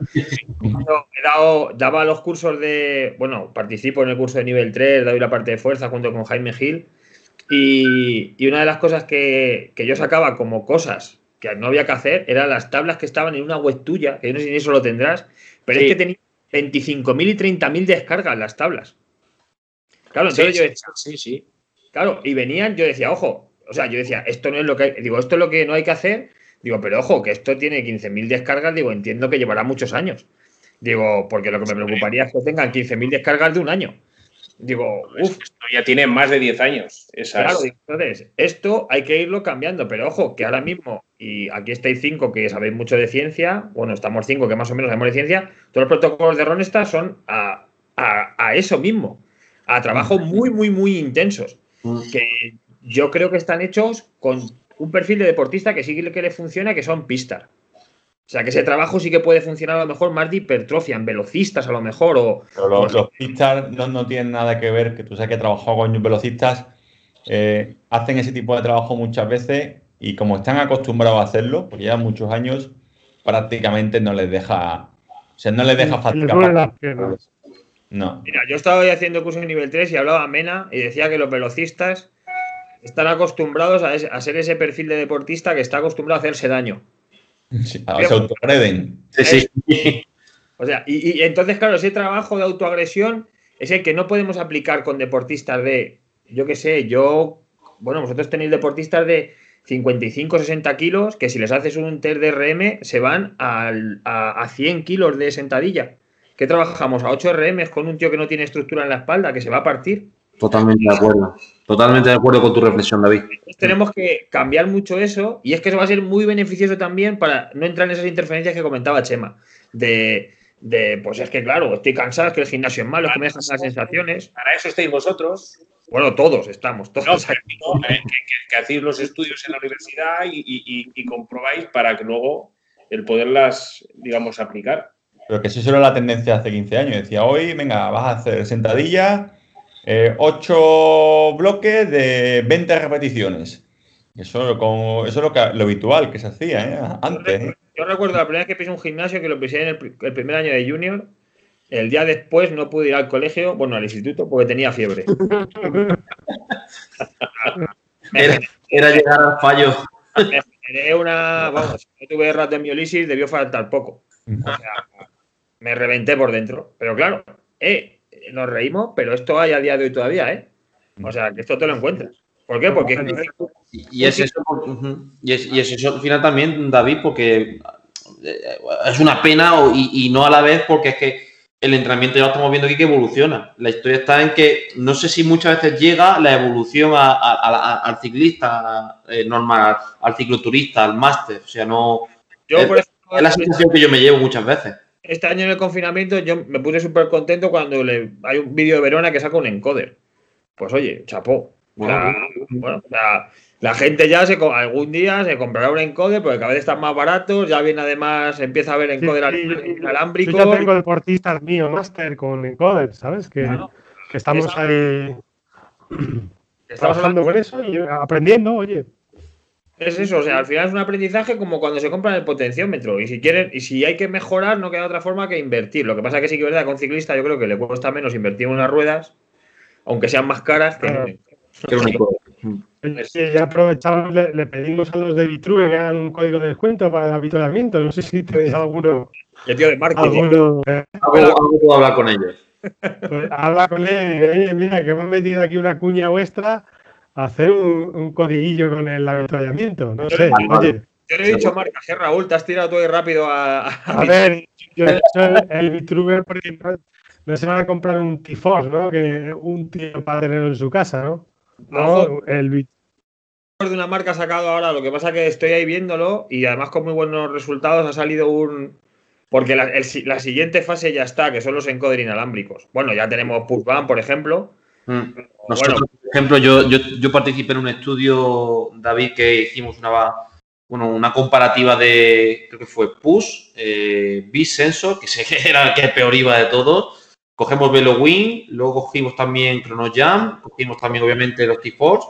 Yo he dado, daba los cursos de, bueno, participo en el curso de nivel tres, doy la parte de fuerza junto con Jaime Gil, y, y una de las cosas que, que yo sacaba como cosas que no había que hacer eran las tablas que estaban en una web tuya, que yo no sé si eso lo tendrás, pero sí. Es que tenía veinticinco mil y treinta mil descargas las tablas. Claro, entonces sí, yo decía, sí, sí. Claro, y venían, yo decía, ojo, o sea, yo decía, esto no es lo que hay, digo, esto es lo que no hay que hacer, digo, pero ojo, que esto tiene quince mil descargas, digo, entiendo que llevará muchos años. Digo, porque lo que me preocuparía es que tengan quince mil descargas de un año. Digo, uff. Esto ya tiene más de diez años. Esas... Claro, entonces, esto hay que irlo cambiando, pero ojo, que ahora mismo, y aquí estáis cinco que sabéis mucho de ciencia, bueno, estamos cinco que más o menos sabemos de ciencia, todos los protocolos de Ronesta son a, a, a eso mismo, a trabajos muy, muy, muy intensos. Que yo creo que están hechos con un perfil de deportista que sí que le funciona, que son pistas. O sea, que ese trabajo sí que puede funcionar a lo mejor más de hipertrofia, en velocistas a lo mejor. O, Pero los, los pistas no, no tienen nada que ver, que tú sabes que he trabajado con velocistas, eh, hacen ese tipo de trabajo muchas veces y como están acostumbrados a hacerlo, porque llevan muchos años, prácticamente no les deja, o sea, no les deja fatigar. No. Mira, yo estaba haciendo curso en nivel tres y hablaba a Mena y decía que los velocistas están acostumbrados a, ese, a ser ese perfil de deportista que está acostumbrado a hacerse daño. Sí, a se autoagreden. Sí, sí. O sea, y, y entonces, claro, ese trabajo de autoagresión es el que no podemos aplicar con deportistas de, yo qué sé, yo, bueno, vosotros tenéis deportistas de cincuenta y cinco, sesenta kilos que si les haces un test de R M se van al, a, a cien kilos de sentadilla. ¿Qué trabajamos? ¿A ocho R Ms con un tío que no tiene estructura en la espalda, que se va a partir? Totalmente de acuerdo. Totalmente de acuerdo con tu reflexión, David. Entonces tenemos que cambiar mucho eso y es que eso va a ser muy beneficioso también para no entrar en esas interferencias que comentaba Chema. De, de pues es que, claro, estoy cansado, es que el gimnasio es malo, es que me dejan las sensaciones. Para eso estáis vosotros. Bueno, todos estamos, todos. No, aquí. No, que, que, que hacéis los estudios en la universidad y, y, y, y comprobáis para que luego el poderlas, digamos, aplicar. Pero que eso era la tendencia hace quince años. Decía, hoy, venga, vas a hacer sentadilla, eh, ocho bloques de veinte repeticiones. Eso, como, eso es lo, que, lo habitual que se hacía ¿eh? antes. Yo recuerdo, yo recuerdo la primera vez que pisé un gimnasio, que lo pisé en el, el primer año de junior. El día después no pude ir al colegio, bueno, al instituto, porque tenía fiebre. Era, era llegar al fallo. Me generé una. Vamos, si no tuve error de miolisis, debió faltar poco. O sea, me reventé por dentro. Pero claro, eh, nos reímos, pero esto hay a día de hoy todavía, ¿eh? O sea, que esto te lo encuentras. ¿Por qué? Porque. Y, y es eso, y es, y es eso al final también, David, porque es una pena y, y no a la vez, porque es que el entrenamiento ya lo estamos viendo aquí que evoluciona. La historia está en que no sé si muchas veces llega la evolución a, a, a, al ciclista eh, normal, al cicloturista, al máster. O sea, no. Yo, es, por ejemplo, es la sensación que yo me llevo muchas veces. Este año en el confinamiento yo me puse súper contento cuando le, hay un vídeo de Verona que saca un encoder. Pues oye, chapó. Bueno, o sea, bueno, o sea, la gente ya se algún día se comprará un encoder porque cada vez están más baratos. Ya viene además, empieza a haber encoder sí, sí, inalámbrico. Yo ya tengo deportistas míos, máster con encoder, ¿sabes? Que, no, que estamos esa, ahí estamos trabajando con eso y aprendiendo, oye. Es eso, o sea, al final es un aprendizaje como cuando se compra el potenciómetro. Y si quieren, y si hay que mejorar, no queda otra forma que invertir. Lo que pasa es que sí que es verdad que a un ciclista yo creo que le cuesta menos invertir en unas ruedas, aunque sean más caras que, claro. que un encoder. Sí, ya aprovechamos, le, le pedimos a los de Vitruve que hagan un código de descuento para el avituallamiento. No sé si tenéis alguno. El tío de marketing. Alguno, eh, algo puedo hablar con ellos. Pues habla con él. Oye, mira, que hemos metido aquí una cuña vuestra a hacer un, un codiguillo con el avituallamiento. No sé. Vale, oye. Yo le he dicho marcas, ¿eh, Raúl? Te has tirado todo rápido a. A, a ver, yo he hecho el, el Vitruve porque no, no se van a comprar un Tifos, ¿no? Que un tío para tenerlo en su casa, ¿no? No, el de una marca sacado ahora, lo que pasa que estoy ahí viéndolo y además con muy buenos resultados ha salido un... Porque la, el, la siguiente fase ya está, que son los encoder inalámbricos. Bueno, ya tenemos Pushband, por ejemplo. Mm. Nosotros, bueno, por ejemplo, yo, yo, yo participé en un estudio, David, que hicimos una, bueno, una comparativa de, creo que fue Push, eh, B-Sensor, que sé que era el que peor iba de todos. Cogemos VeloWin, luego cogimos también ChronoJam, cogimos también obviamente los T-Force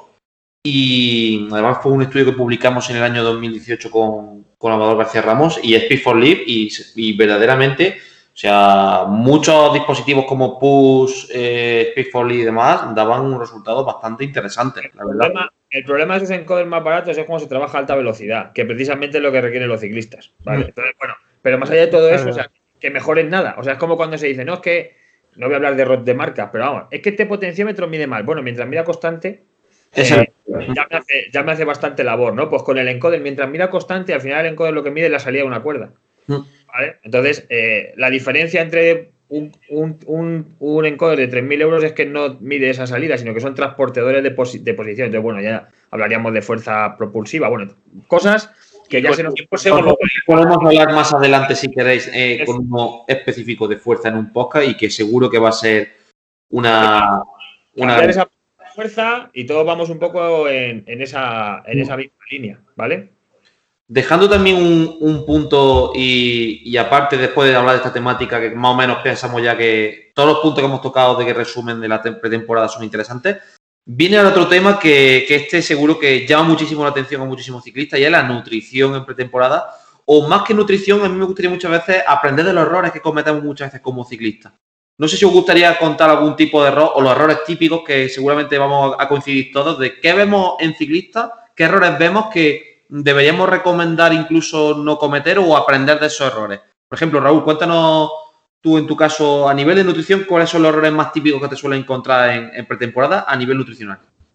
y además fue un estudio que publicamos en el año dos mil dieciocho con, con Amador García Ramos y Speed for Live y, y verdaderamente, o sea, muchos dispositivos como Push, eh, Speed for Live y demás daban un resultado bastante interesante, la verdad. El problema, el problema de esos encoders más baratos es cómo se trabaja a alta velocidad, que precisamente es lo que requieren los ciclistas, ¿vale? Entonces, bueno, pero más allá de todo eso, o sea, que mejoren nada. O sea, es como cuando se dice, no, es que no voy a hablar de error de marca, pero vamos, es que este potenciómetro mide mal. Bueno, mientras mira constante, eh, ya, me hace, ya me hace bastante labor, ¿no? Pues con el encoder, mientras mira constante, al final el encoder lo que mide es la salida de una cuerda. ¿Vale? Entonces, eh, la diferencia entre un, un, un, un encoder de tres mil euros es que no mide esa salida, sino que son transportadores de, posi de posición. Entonces, bueno, ya hablaríamos de fuerza propulsiva. Bueno, cosas que ya pues, se nos pues, lo podemos hablar más adelante si queréis eh, con uno específico de fuerza en un podcast y que seguro que va a ser una, una... esa fuerza y todos vamos un poco en, en esa en esa misma línea, ¿vale? Dejando también un, un punto y, y aparte después de hablar de esta temática que más o menos pensamos ya que todos los puntos que hemos tocado de que resumen de la pretemporada son interesantes. Viene al otro tema que, que este seguro que llama muchísimo la atención a muchísimos ciclistas y es la nutrición en pretemporada. O más que nutrición, a mí me gustaría muchas veces aprender de los errores que cometemos muchas veces como ciclistas. No sé si os gustaría contar algún tipo de error o los errores típicos que seguramente vamos a coincidir todos de qué vemos en ciclistas, qué errores vemos que deberíamos recomendar incluso no cometer o aprender de esos errores. Por ejemplo, Raúl, cuéntanos tú en tu caso, a nivel de nutrición, ¿cuáles son los errores más típicos que te suelen encontrar en, en pretemporada a nivel nutricional?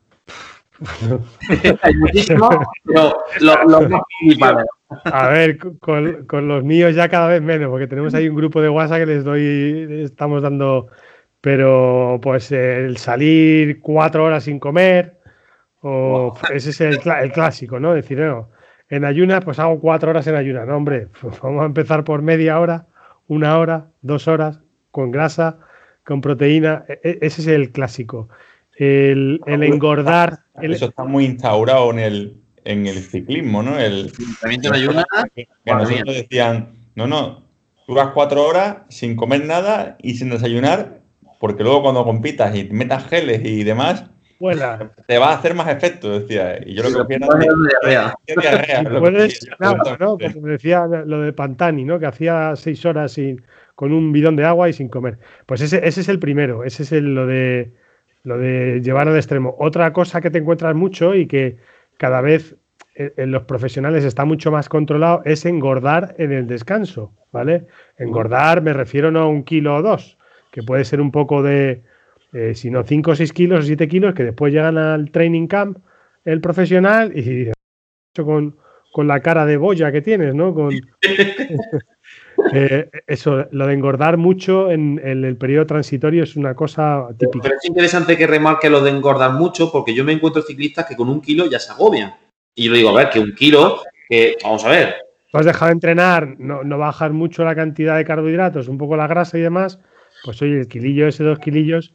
Hay muchísimos, pero los lo más principales. A ver, con, con los míos ya cada vez menos, porque tenemos ahí un grupo de WhatsApp que les doy, estamos dando, pero pues el salir cuatro horas sin comer, o wow. Ese es el, el clásico, ¿no? Decir, no, en ayunas, pues hago cuatro horas en ayunas, no, hombre, pues vamos a empezar por media hora, una hora, dos horas, con grasa, con proteína, e ese es el clásico. El, el engordar. El... Eso está muy instaurado en el, en el ciclismo, ¿no? El también ayunas. Que, que a nosotros decían, no, no, tú vas cuatro horas sin comer nada y sin desayunar, porque luego cuando compitas y metas geles y demás, bueno, te va a hacer más efecto, decía. Y yo lo que decía era diarrea. Puedes, claro, ¿no? Como decía lo de Pantani, ¿no? Que hacía seis horas sin, con un bidón de agua y sin comer. Pues ese, ese es el primero, ese es el, lo de lo de llevar al extremo. Otra cosa que te encuentras mucho y que cada vez en los profesionales está mucho más controlado es engordar en el descanso, ¿vale? Engordar me refiero no a un kilo o dos, que puede ser un poco de, eh, sino cinco o seis kilos o siete kilos que después llegan al training camp el profesional y con, con la cara de boya que tienes, ¿no? Con eh, eso, lo de engordar mucho en, en el periodo transitorio es una cosa típica. Pero es interesante que remarque lo de engordar mucho, porque yo me encuentro ciclistas que con un kilo ya se agobian. Y yo le digo, a ver, que un kilo, que vamos a ver. Tú has dejado de entrenar, no, no bajas mucho la cantidad de carbohidratos, un poco la grasa y demás, pues oye, el kilillo ese, dos kilillos,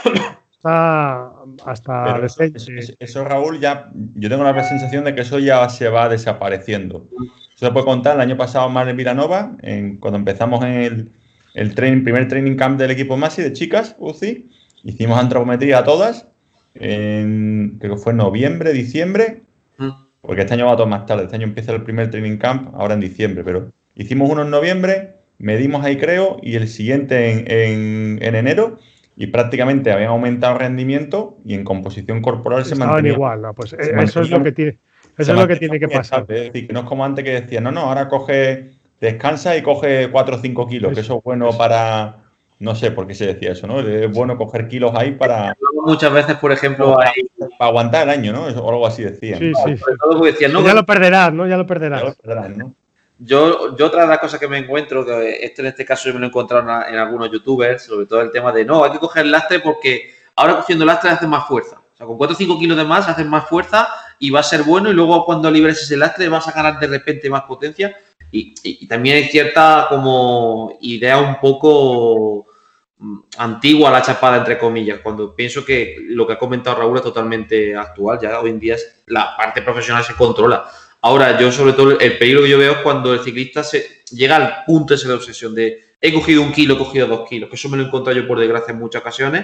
está hasta eso, eso, eso, Raúl, ya yo tengo la sensación de que eso ya se va desapareciendo. Eso se puede contar, el año pasado más en Vilanova, en, cuando empezamos en el, el training, primer training camp del equipo Masi de chicas, U C I, hicimos antropometría a todas, en, creo que fue en noviembre, diciembre, porque este año va todo más tarde, este año empieza el primer training camp, ahora en diciembre, pero hicimos uno en noviembre, medimos ahí creo, y el siguiente en, en, en enero, y prácticamente habían aumentado rendimiento y en composición corporal se mantenía igual, no, pues eso mantenía, es lo que tiene, eso es lo que tiene que pasar. Estable, es decir, que no es como antes que decía, no, no, ahora coge, descansa y coge cuatro o cinco kilos, eso, que eso es bueno eso. para... No sé por qué se decía eso, ¿no? Es bueno coger kilos ahí para... Muchas veces, por ejemplo, para, hay... para aguantar el año, ¿no? O algo así decían. Sí, sí, sí. Decían, no, ya lo perderás, ¿no? Ya lo perderás. Ya lo perderás, ¿no? Yo, yo otra de las cosas que me encuentro, que esto en este caso yo me lo he encontrado en, en algunos youtubers, sobre todo el tema de, no, hay que coger el lastre porque ahora cogiendo el lastre haces más fuerza. O sea, con cuatro o cinco kilos de más haces más fuerza y va a ser bueno y luego cuando liberes ese lastre vas a ganar de repente más potencia. Y, y, y también hay cierta como idea un poco... antigua la chapada, entre comillas, cuando pienso que lo que ha comentado Raúl es totalmente actual, ya hoy en día es, la parte profesional se controla. Ahora, yo sobre todo el peligro que yo veo es cuando el ciclista se llega al punto ese de obsesión de he cogido un kilo, he cogido dos kilos, que eso me lo he encontrado yo por desgracia en muchas ocasiones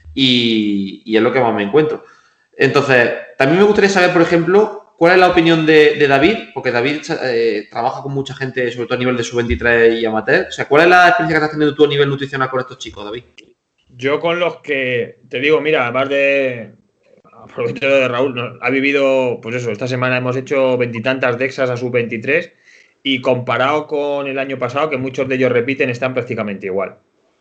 y, y es lo que más me encuentro. Entonces, también me gustaría saber, por ejemplo, ¿cuál es la opinión de, de David? Porque David eh, trabaja con mucha gente, sobre todo a nivel de sub veintitrés y amateur. O sea, ¿cuál es la experiencia que estás teniendo tú a nivel nutricional con estos chicos, David? Yo con los que, te digo, mira, además de, aprovecho de Raúl, ¿no? Ha vivido, pues eso, esta semana hemos hecho veintitantas Dexas a sub veintitrés y comparado con el año pasado, que muchos de ellos repiten, están prácticamente igual.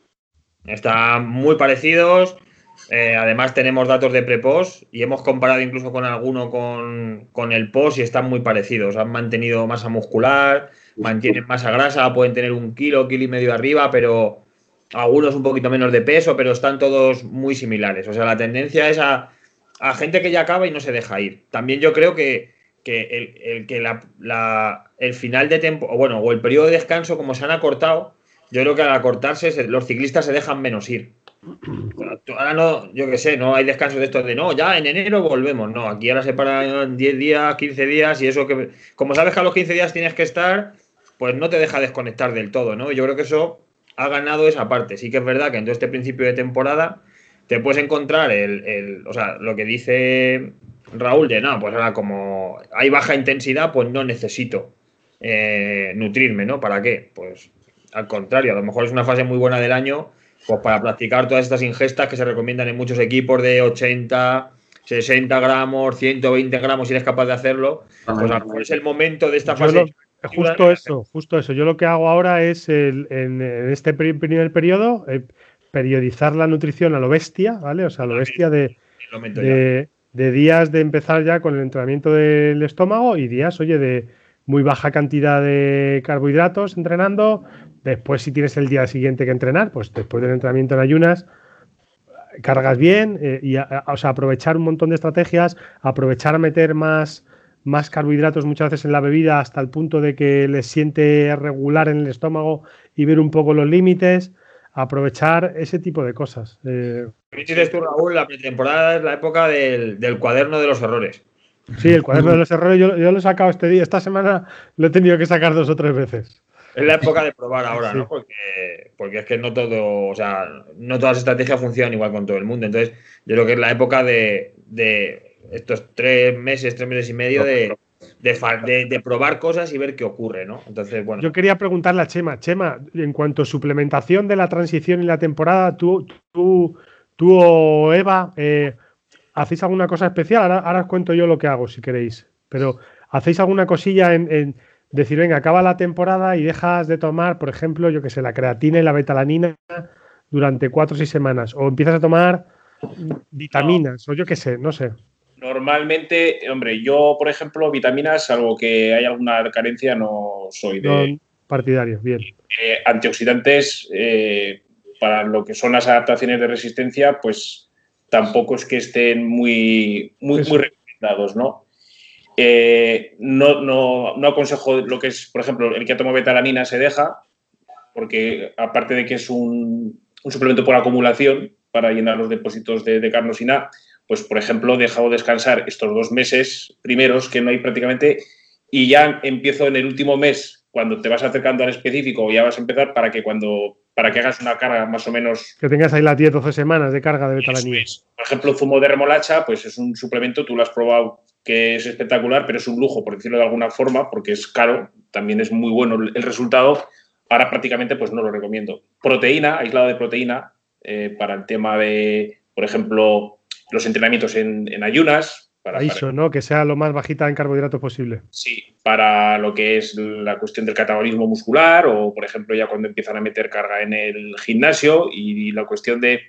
Están muy parecidos. Eh, además tenemos datos de pre-post y hemos comparado incluso con alguno con, con el post y están muy parecidos. Han mantenido masa muscular, mantienen masa grasa, pueden tener un kilo, kilo y medio arriba, pero algunos un poquito menos de peso, pero están todos muy similares. O sea, la tendencia es a, a gente que ya acaba y no se deja ir. También yo creo que, que el, el, que la, la, el final de tiempo, o bueno, o el periodo de descanso, como se han acortado, yo creo que al acortarse los ciclistas se dejan menos ir. Ahora no, yo qué sé, no hay descansos de estos de no, ya en enero volvemos, no, aquí ahora se paran diez días, quince días y eso que, como sabes que a los quince días tienes que estar, pues no te deja desconectar del todo, ¿no? Yo creo que eso ha ganado esa parte. Sí que es verdad que en todo este principio de temporada te puedes encontrar el, el o sea, lo que dice Raúl de no, pues ahora como hay baja intensidad, pues no necesito eh, nutrirme, ¿no? ¿Para qué? Pues al contrario, a lo mejor es una fase muy buena del año pues para practicar todas estas ingestas que se recomiendan en muchos equipos de ochenta, sesenta gramos, ciento veinte gramos, si eres capaz de hacerlo, pues a lo mejor es el momento de esta fase. Lo, justo eso, justo eso. Yo lo que hago ahora es, el, en, en este primer periodo, eh, periodizar la nutrición a lo bestia, ¿vale? O sea, a lo bestia de, de, de días de empezar ya con el entrenamiento del estómago y días, oye, de muy baja cantidad de carbohidratos entrenando. Después, si tienes el día siguiente que entrenar, pues después del entrenamiento en ayunas, cargas bien eh, y a, a, o sea, aprovechar un montón de estrategias, aprovechar a meter más, más carbohidratos muchas veces en la bebida hasta el punto de que les siente regular en el estómago y ver un poco los límites, aprovechar ese tipo de cosas. Eh, dices tú, Raúl, la pretemporada es la época del, del cuaderno de los errores. Sí, el cuaderno de los errores yo, yo lo he sacado este día, esta semana lo he tenido que sacar dos o tres veces. Es la época de probar ahora, sí. ¿No? Porque, porque es que no todo, o sea, no todas las estrategias funcionan igual con todo el mundo. Entonces, yo creo que es la época de, de estos tres meses, tres meses y medio de, de, de, de probar cosas y ver qué ocurre, ¿no? Entonces, bueno. Yo quería preguntarle a Chema, Chema, en cuanto a suplementación de la transición y la temporada, ¿tú, tú, tú o Eva, eh, ¿hacéis alguna cosa especial? Ahora, ahora os cuento yo lo que hago, si queréis. Pero ¿hacéis alguna cosilla en, en decir, venga, acaba la temporada y dejas de tomar, por ejemplo, yo qué sé, la creatina y la betalanina durante cuatro o seis semanas? O empiezas a tomar vitaminas, no. o yo qué sé, no sé. Normalmente, hombre, yo, por ejemplo, vitaminas, salvo que haya alguna carencia, no soy de... No, partidario, bien. Eh, antioxidantes, eh, para lo que son las adaptaciones de resistencia, pues tampoco es que estén muy, muy, muy recomendados, ¿no? Eh, no, no, no aconsejo lo que es, por ejemplo, el que toma betalanina se deja, porque aparte de que es un, un suplemento por acumulación para llenar los depósitos de, de carnosina, pues, por ejemplo, he dejado descansar estos dos meses primeros, que no hay prácticamente, y ya empiezo en el último mes, cuando te vas acercando al específico, ya vas a empezar para que cuando para que hagas una carga más o menos... Que tengas ahí las diez o doce semanas de carga de betalanina. Por ejemplo, zumo de remolacha, pues es un suplemento, tú lo has probado, que es espectacular, pero es un lujo, por decirlo de alguna forma, porque es caro, también es muy bueno el resultado. Ahora prácticamente pues no lo recomiendo. Proteína, aislado de proteína, eh, para el tema de, por ejemplo, los entrenamientos en, en ayunas. Para, I S O, para, ¿no? Que sea lo más bajita en carbohidratos posible. Sí, para lo que es la cuestión del catabolismo muscular o, por ejemplo, ya cuando empiezan a meter carga en el gimnasio y la cuestión de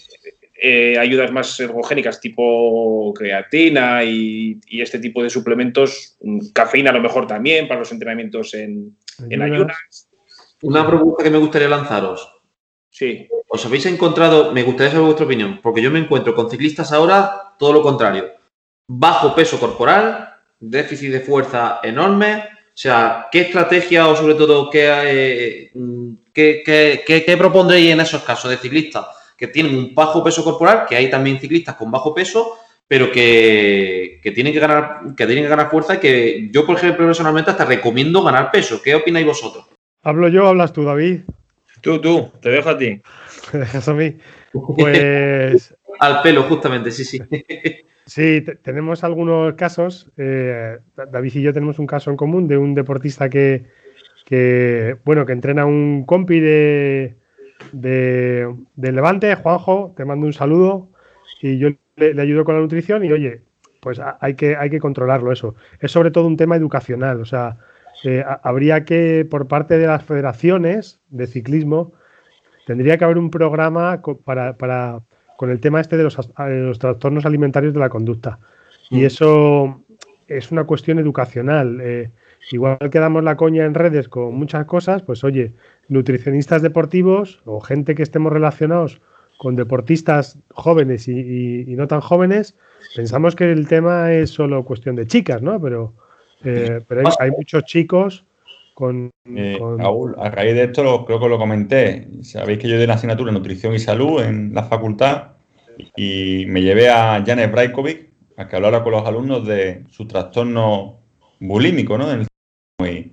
eh, ayudas más ergogénicas tipo creatina y, y este tipo de suplementos, cafeína a lo mejor también para los entrenamientos en, en ayunas. Una pregunta que me gustaría lanzaros. Sí. ¿Os habéis encontrado, me gustaría saber vuestra opinión, porque yo me encuentro con ciclistas ahora todo lo contrario? Bajo peso corporal, déficit de fuerza enorme. O sea, ¿qué estrategia o sobre todo qué, eh, qué, qué, qué, qué propondréis en esos casos de ciclistas que tienen un bajo peso corporal, que hay también ciclistas con bajo peso, pero que, que, tienen, que, ganar, que tienen que ganar fuerza y que yo, por ejemplo, personalmente hasta recomiendo ganar peso? ¿Qué opináis vosotros? ¿Hablo yo o hablas tú, David? Tú, tú, te dejo a ti. ¿Me dejas a mí? Pues... Al pelo, justamente, sí, sí. Sí, tenemos algunos casos. Eh, David y yo tenemos un caso en común de un deportista que, que bueno, que entrena un compi de, de, de Levante, Juanjo, te mando un saludo y yo le, le ayudo con la nutrición y, oye, pues hay que, hay que controlarlo eso. Es sobre todo un tema educacional, o sea, eh, habría que, por parte de las federaciones de ciclismo, tendría que haber un programa para... para con el tema este de los, de los trastornos alimentarios de la conducta. Y eso es una cuestión educacional. Eh, igual que damos la coña en redes con muchas cosas, pues oye, nutricionistas deportivos o gente que estemos relacionados con deportistas jóvenes y, y, y no tan jóvenes, pensamos que el tema es solo cuestión de chicas, ¿no? Pero, eh, pero hay, hay muchos chicos con, eh, con... Raúl, a raíz de esto lo, creo que lo comenté. Sabéis que yo doy la asignatura de Nutrición y Salud en la facultad y me llevé a Janet Brajkovic a que hablara con los alumnos de su trastorno bulímico, ¿no? Y,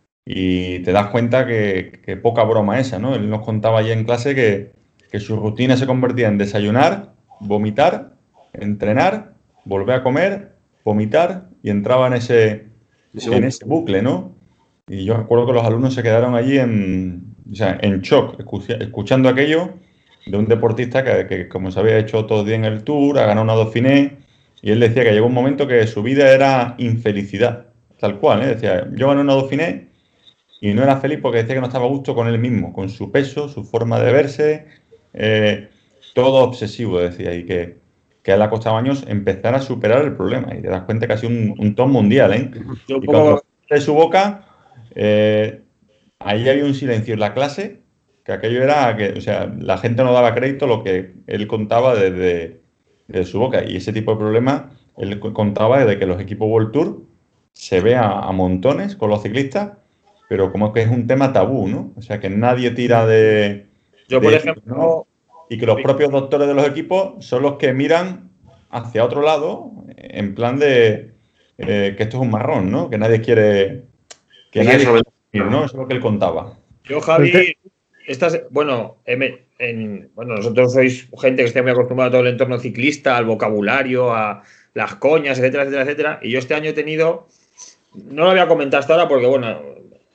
y te das cuenta que, que poca broma esa, ¿no? Él nos contaba allí en clase que, que su rutina se convertía en desayunar, vomitar, entrenar, volver a comer, vomitar y entraba en ese, en ese bucle, ¿no? Y yo recuerdo que los alumnos se quedaron allí en, o sea, en shock, escuchando aquello de un deportista que, que, como se había hecho todo el día en el Tour, ha ganado una Dauphiné, y él decía que llegó un momento que su vida era infelicidad, tal cual, ¿eh? Decía, yo gané una Dauphiné y no era feliz porque decía que no estaba a gusto con él mismo, con su peso, su forma de verse, eh, todo obsesivo, decía, y que, que a él le ha costado años empezar a superar el problema, y te das cuenta que ha sido un, un top mundial, ¿eh? Yo y cuando de su boca... Eh, ahí había un silencio en la clase, que aquello era que, o sea, la gente no daba crédito a lo que él contaba desde, desde su boca. Y ese tipo de problemas, él contaba de que los equipos World Tour se ve a, a montones con los ciclistas, pero como que es un tema tabú, ¿no? O sea, que nadie tira de... Yo, de por esto, ejemplo... ¿no? Y que los propios doctores de los equipos son los que miran hacia otro lado, en plan de eh, que esto es un marrón, ¿no? Que nadie quiere... Que nadie quiere ir, ¿no? Eso es lo que él contaba. Yo, Javi, estas, bueno, en, en, bueno, nosotros sois gente que está muy acostumbrada a todo el entorno ciclista, al vocabulario, a las coñas, etcétera, etcétera, etcétera. Y yo este año he tenido, no lo voy a comentar hasta ahora porque, bueno,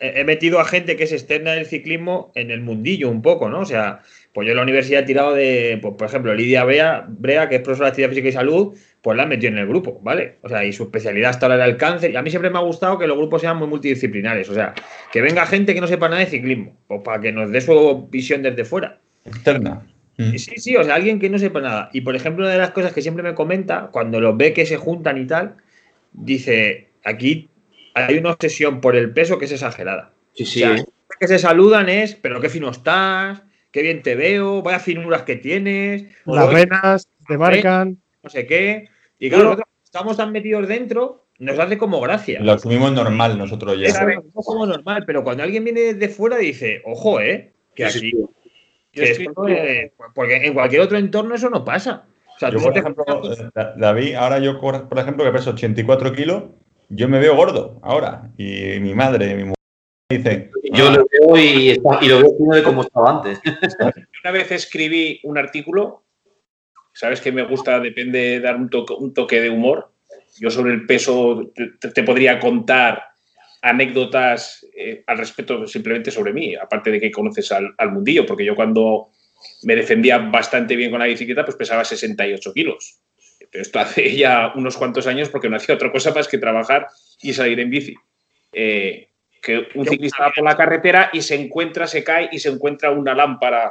he metido a gente que es externa del ciclismo en el mundillo un poco, ¿no? O sea, pues yo en la universidad he tirado de, pues, por ejemplo, Lidia Brea, Brea, que es profesora de actividad física y salud, pues la han metido en el grupo, ¿vale? O sea, y su especialidad hasta ahora era el cáncer. Y a mí siempre me ha gustado que los grupos sean muy multidisciplinares. O sea, que venga gente que no sepa nada de ciclismo, pues para que nos dé su visión desde fuera. Externa. Sí, sí, o sea, alguien que no sepa nada. Y por ejemplo, una de las cosas que siempre me comenta, cuando los ve que se juntan y tal, dice, aquí hay una obsesión por el peso que es exagerada. Sí, sí. O sea, que se saludan es, pero qué fino estás, qué bien te veo, vaya finuras que tienes. Las oye, venas te marcan. no sé qué. Y claro, nosotros estamos tan metidos dentro, nos hace como gracia. Lo asumimos normal nosotros ya. Eso es como normal, pero cuando alguien viene de fuera dice, ojo, ¿eh? Que Sí, aquí... sí. Que esto, eh, porque en cualquier otro entorno eso no pasa. O sea, Yo, tú por te- ejemplo, eh, David, ahora yo, por por ejemplo, que peso ochenta y cuatro kilos, yo me veo gordo ahora. Y mi madre, mi mujer dice... Yo "Ah, lo veo y, está- y lo veo fino de como estaba antes. Una vez escribí un artículo, sabes que me gusta, depende dar un toque, un toque de humor. Yo sobre el peso te, te podría contar anécdotas eh, al respecto simplemente sobre mí, aparte de que conoces al, al mundillo, porque yo cuando me defendía bastante bien con la bicicleta, pues pesaba sesenta y ocho kilos. Pero esto hace ya unos cuantos años porque no hacía otra cosa más que trabajar y salir en bici. Eh, que un ciclista va por la carretera y se encuentra, se cae y se encuentra una lámpara,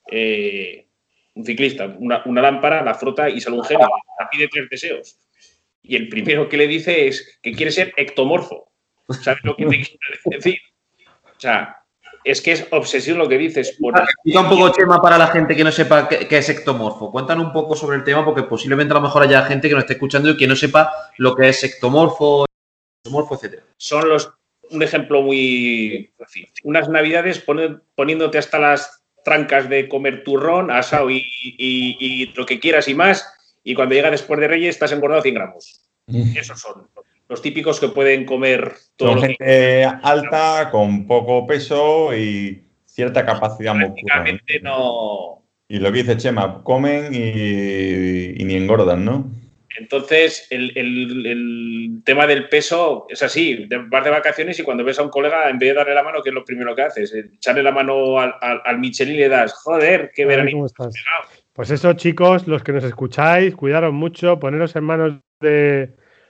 eh, un ciclista, una, una lámpara, la frota y sale un genio, la pide tres deseos. Y el primero que le dice es que quiere ser ectomorfo. ¿Sabes lo que te quiero decir? O sea, es que es obsesión lo que dices. Por... Explica un poco, Chema, para la gente que no sepa qué, qué es ectomorfo. Cuéntanos un poco sobre el tema, porque posiblemente a lo mejor haya gente que nos esté escuchando y que no sepa lo que es ectomorfo, ectomorfo, etcétera. Son los, un ejemplo muy fácil. Unas navidades pone, poniéndote hasta las trancas de comer turrón, asado y, y, y lo que quieras y más, y cuando llega después de Reyes estás engordado cien gramos. Esos son los típicos que pueden comer todo Son lo gente que... alta, con poco peso y cierta capacidad muscular. Prácticamente no... Y lo que dice Chema, comen y, y ni engordan, ¿no? Entonces, el, el, el tema del peso es así, vas de vacaciones y cuando ves a un colega, en vez de darle la mano, ¿qué es lo primero que haces? Echarle la mano al, al, al Michelin y le das, joder, qué veranito. ¿Cómo estás? Pues eso, chicos, los que nos escucháis, cuidaros mucho, poneros en manos de,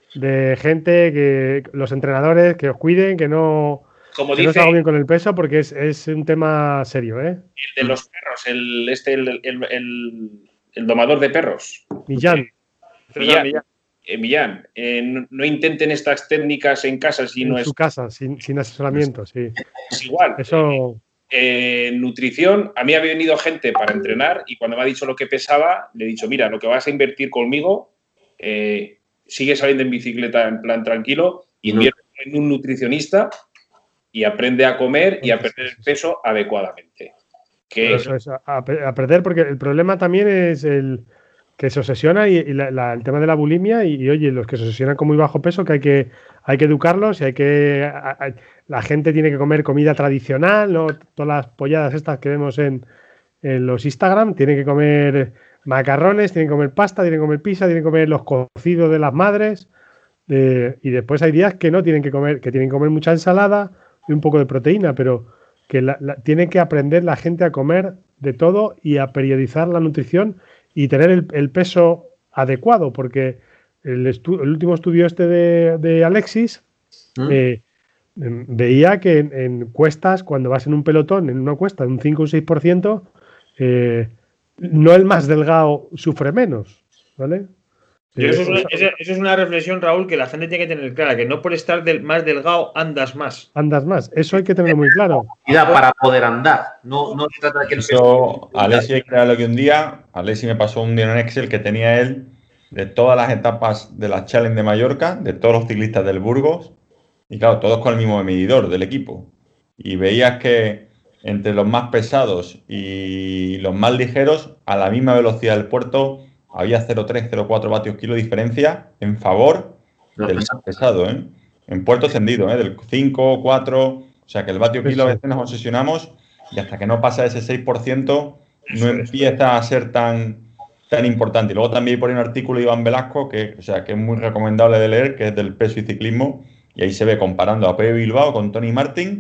de gente, que los entrenadores, que os cuiden, que no, Como que no dice os hago bien con el peso, porque es, es un tema serio, ¿eh? el de los perros, el, este, el, el, el, el domador de perros. Millán. Millán, eh, Millán eh, no, no intenten estas técnicas en casa si En no su es, casa, sin, sin asesoramiento, sí. es igual. Eso, Eh, nutrición, a mí ha venido gente para entrenar y cuando me ha dicho lo que pesaba, le he dicho, mira, lo que vas a invertir conmigo, eh, sigue saliendo en bicicleta en plan tranquilo, invierte en un nutricionista y aprende a comer y a perder el peso adecuadamente. Que eso es, a, a perder, porque el problema también es el que se obsesiona y, y la, la, el tema de la bulimia y, y, oye, los que se obsesionan con muy bajo peso, que hay que, hay que educarlos y hay que... A, a, la gente tiene que comer comida tradicional, ¿no? Todas las polladas estas que vemos en, en los Instagram, tienen que comer macarrones, tienen que comer pasta, tienen que comer pizza, tienen que comer los cocidos de las madres eh, y después hay días que no tienen que comer, que tienen que comer mucha ensalada y un poco de proteína, pero que la, la, tiene que aprender la gente a comer de todo y a periodizar la nutrición y tener el, el peso adecuado, porque el, estu el último estudio este de, de Alexis ¿Mm? eh, veía que en, en cuestas, cuando vas en un pelotón, en una cuesta de un cinco o un seis por ciento, eh, no el más delgado sufre menos, ¿vale? Yo eso, es una, eso, eso es una reflexión, Raúl, que la gente tiene que tener clara, que no por estar del, más delgado andas más. Andas más, eso hay que tenerlo muy claro. Para poder andar, no, no se trata de que... Eso, Alessi hay que crearlo que un día, Alessi me pasó un día en Excel que tenía él de todas las etapas de la Challenge de Mallorca, de todos los ciclistas del Burgos, y claro, todos con el mismo medidor del equipo. Y veías que entre los más pesados y los más ligeros, a la misma velocidad del puerto, había cero coma tres, cero coma cuatro vatios kilo de diferencia en favor del más pesado, ¿eh? En puerto encendido, ¿eh? Del cinco, cuatro, o sea que el vatio kilo a veces nos obsesionamos y hasta que no pasa ese seis por ciento no empieza a ser tan, tan importante. Y luego también hay por ahí un artículo de Iván Velasco, que, o sea, que es muy recomendable de leer, que es del peso y ciclismo, y ahí se ve comparando a Pepe Bilbao con Tony Martin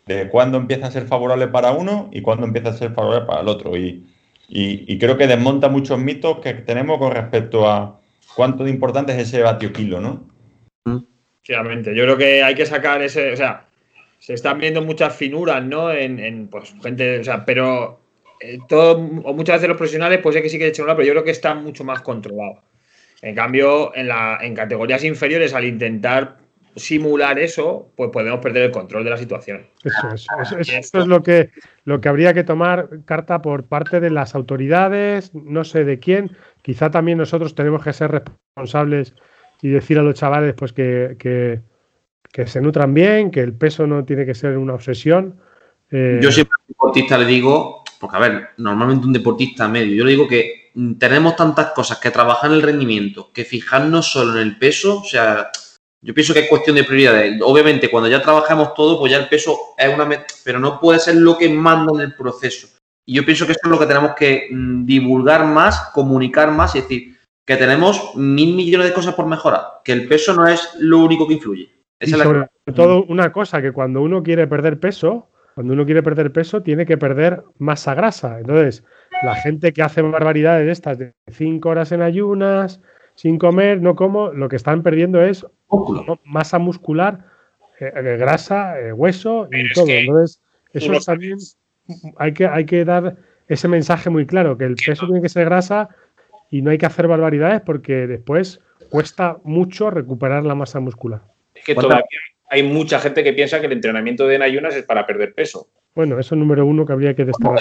de cuándo empieza a ser favorable para uno y cuándo empieza a ser favorable para el otro. Y, y, y creo que desmonta muchos mitos que tenemos con respecto a cuánto de importante es ese vatio kilo, ¿no? Efectivamente, yo creo que hay que sacar ese, o sea, se están viendo muchas finuras, ¿no? En, en pues, gente, o sea, pero eh, todo, o muchas veces los profesionales, pues es que sí que echan una, pero yo creo que está mucho más controlado. En cambio, en, la, en categorías inferiores, al intentar simular eso, pues podemos perder el control de la situación. Eso, eso, eso, eso, eso es lo que, lo que habría que tomar carta por parte de las autoridades, no sé de quién. Quizá también nosotros tenemos que ser responsables y decir a los chavales pues que, que, que se nutran bien, que el peso no tiene que ser una obsesión. Eh... Yo siempre a un deportista le digo, porque a ver, normalmente un deportista medio, yo le digo que tenemos tantas cosas que trabajar en el rendimiento, que fijarnos solo en el peso, o sea, yo pienso que es cuestión de prioridades. Obviamente, cuando ya trabajamos todo, pues ya el peso es una... Pero no puede ser lo que manda en el proceso. Y yo pienso que eso es lo que tenemos que mmm, divulgar más, comunicar más, y decir que tenemos mil millones de cosas por mejorar, que el peso no es lo único que influye. Esa y es sobre la... todo una cosa, que cuando uno quiere perder peso, cuando uno quiere perder peso, tiene que perder masa grasa. Entonces, la gente que hace barbaridades estas de cinco horas en ayunas, sin comer, no como, lo que están perdiendo es ¿no? masa muscular, eh, grasa, eh, hueso y todo. Entonces, eso también hay que, hay que dar ese mensaje muy claro, que el peso tiene que ser grasa y no hay que hacer barbaridades porque después cuesta mucho recuperar la masa muscular. Es que todavía hay mucha gente que piensa que el entrenamiento de en ayunas es para perder peso. Bueno, eso es número uno que habría que destacar.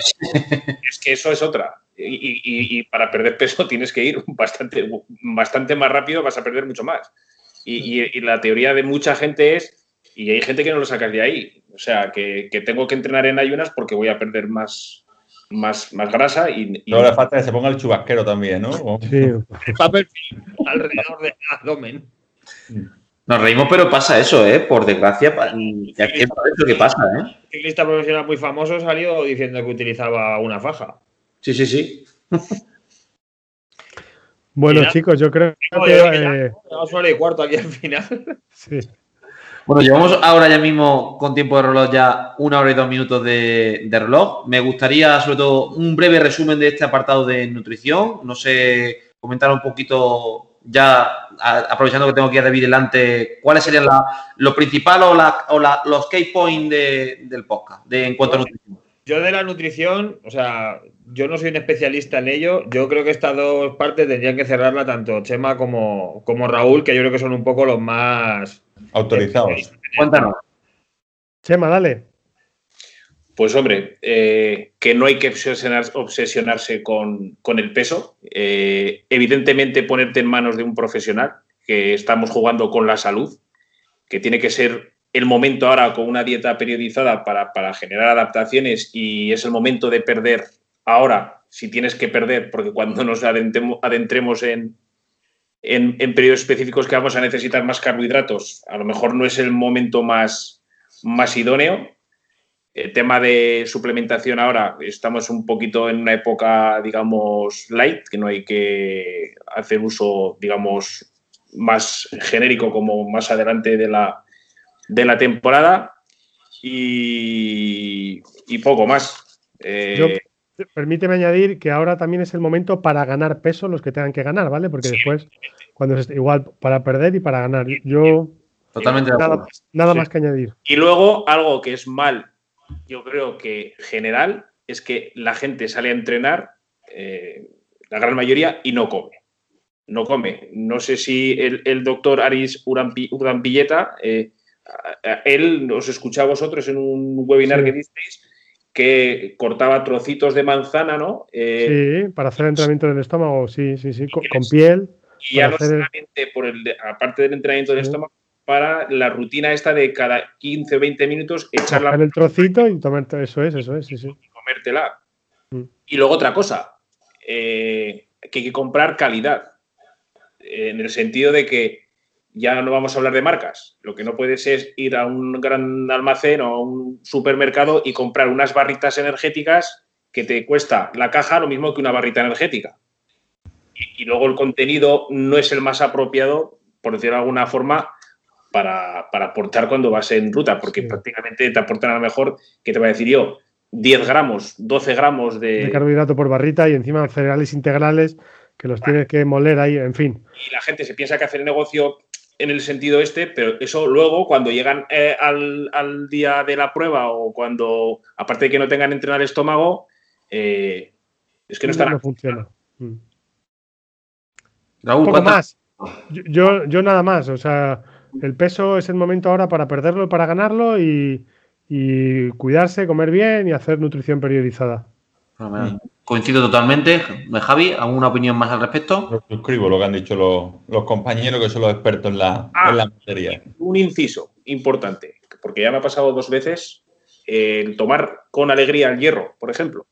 Es que eso es otra. Y, y, y para perder peso tienes que ir bastante, bastante más rápido, vas a perder mucho más. Y, y, y la teoría de mucha gente es, y hay gente que no lo sacas de ahí, o sea, que, que tengo que entrenar en ayunas porque voy a perder más, más, más grasa. Y, y... No le falta que se ponga el chubasquero también, ¿no? Sí. Papel alrededor del abdomen. Nos reímos, pero pasa eso, ¿eh? Por desgracia, y es que es lo que pasa, ¿eh? Un ciclista profesional muy famoso salió diciendo que utilizaba una faja. Sí, sí, sí. Bueno, Mira, chicos, yo creo no, que... Yo eh... Llevamos una hora y cuarto aquí al final. Sí. Bueno, llevamos ahora ya mismo con tiempo de reloj ya una hora y dos minutos de, de reloj. Me gustaría, sobre todo, un breve resumen de este apartado de nutrición. No sé, comentar un poquito ya, a, aprovechando que tengo aquí a David delante, cuáles serían la, lo principal o, la, o la, los key points de, del podcast de, en cuanto a nutrición. Yo de la nutrición, o sea, yo no soy un especialista en ello. Yo creo que estas dos partes tendrían que cerrarla tanto Chema como, como Raúl, que yo creo que son un poco los más autorizados. Cuéntanos. Chema, dale. Pues hombre, eh, que no hay que obsesionar, obsesionarse con, con el peso. Eh, evidentemente ponerte en manos de un profesional, que estamos jugando con la salud, que tiene que ser el momento ahora con una dieta periodizada para, para generar adaptaciones y es el momento de perder ahora, si tienes que perder, porque cuando nos adentremos, adentremos en, en, en periodos específicos que vamos a necesitar más carbohidratos, a lo mejor no es el momento más, más idóneo. El tema de suplementación ahora, estamos un poquito en una época, digamos, light, que no hay que hacer uso, digamos, más genérico como más adelante de la, de la temporada y, y poco más. Eh, Yo, permíteme añadir que ahora también es el momento para ganar peso los que tengan que ganar, ¿vale? Porque sí, después, cuando es igual para perder y para ganar. Yo totalmente de nada, acuerdo. nada sí. más que añadir. Y luego, algo que es mal, yo creo que general, es que la gente sale a entrenar, eh, la gran mayoría, y no come. No come. No sé si el, el doctor Aris Urampi, Urampilleta, eh, él os escuchaba a vosotros en un webinar sí. que disteis, que cortaba trocitos de manzana, ¿no? Eh, sí, para hacer entrenamiento del estómago, sí, sí, sí, con, con piel. Y ya no solamente por el, aparte del entrenamiento del sí. estómago, para la rutina esta de cada quince o veinte minutos echarla el trocito y tomarte, eso es, eso es, sí, sí. Y comértela. Mm. Y luego otra cosa, eh, que hay que comprar calidad, eh, en el sentido de que ya no vamos a hablar de marcas. Lo que no puedes es ir a un gran almacén o a un supermercado y comprar unas barritas energéticas que te cuesta la caja lo mismo que una barrita energética. Y, y luego el contenido no es el más apropiado, por decirlo de alguna forma, para, para aportar cuando vas en ruta, porque Sí. prácticamente te aportan a lo mejor, ¿qué te va a decir yo? diez gramos, doce gramos de... De carbohidrato por barrita y encima cereales integrales que los tienes que moler ahí, en fin. Y la gente se piensa que hacer negocio en el sentido este, pero eso luego cuando llegan eh, al, al día de la prueba o cuando, aparte de que no tengan entrenado el estómago, eh, es que no están... No funciona. Mm. Raúl, Poco ¿cuántas- más. Yo, yo, yo nada más. O sea, el peso es el momento ahora para perderlo y para ganarlo y, y cuidarse, comer bien y hacer nutrición periodizada. Fenomenal. Coincido totalmente. Javi, ¿alguna opinión más al respecto? Lo suscribo lo que han dicho los, los compañeros que son los expertos en la, Ah. en la materia. Un inciso importante, porque ya me ha pasado dos veces eh, el tomar con alegría el hierro, por ejemplo.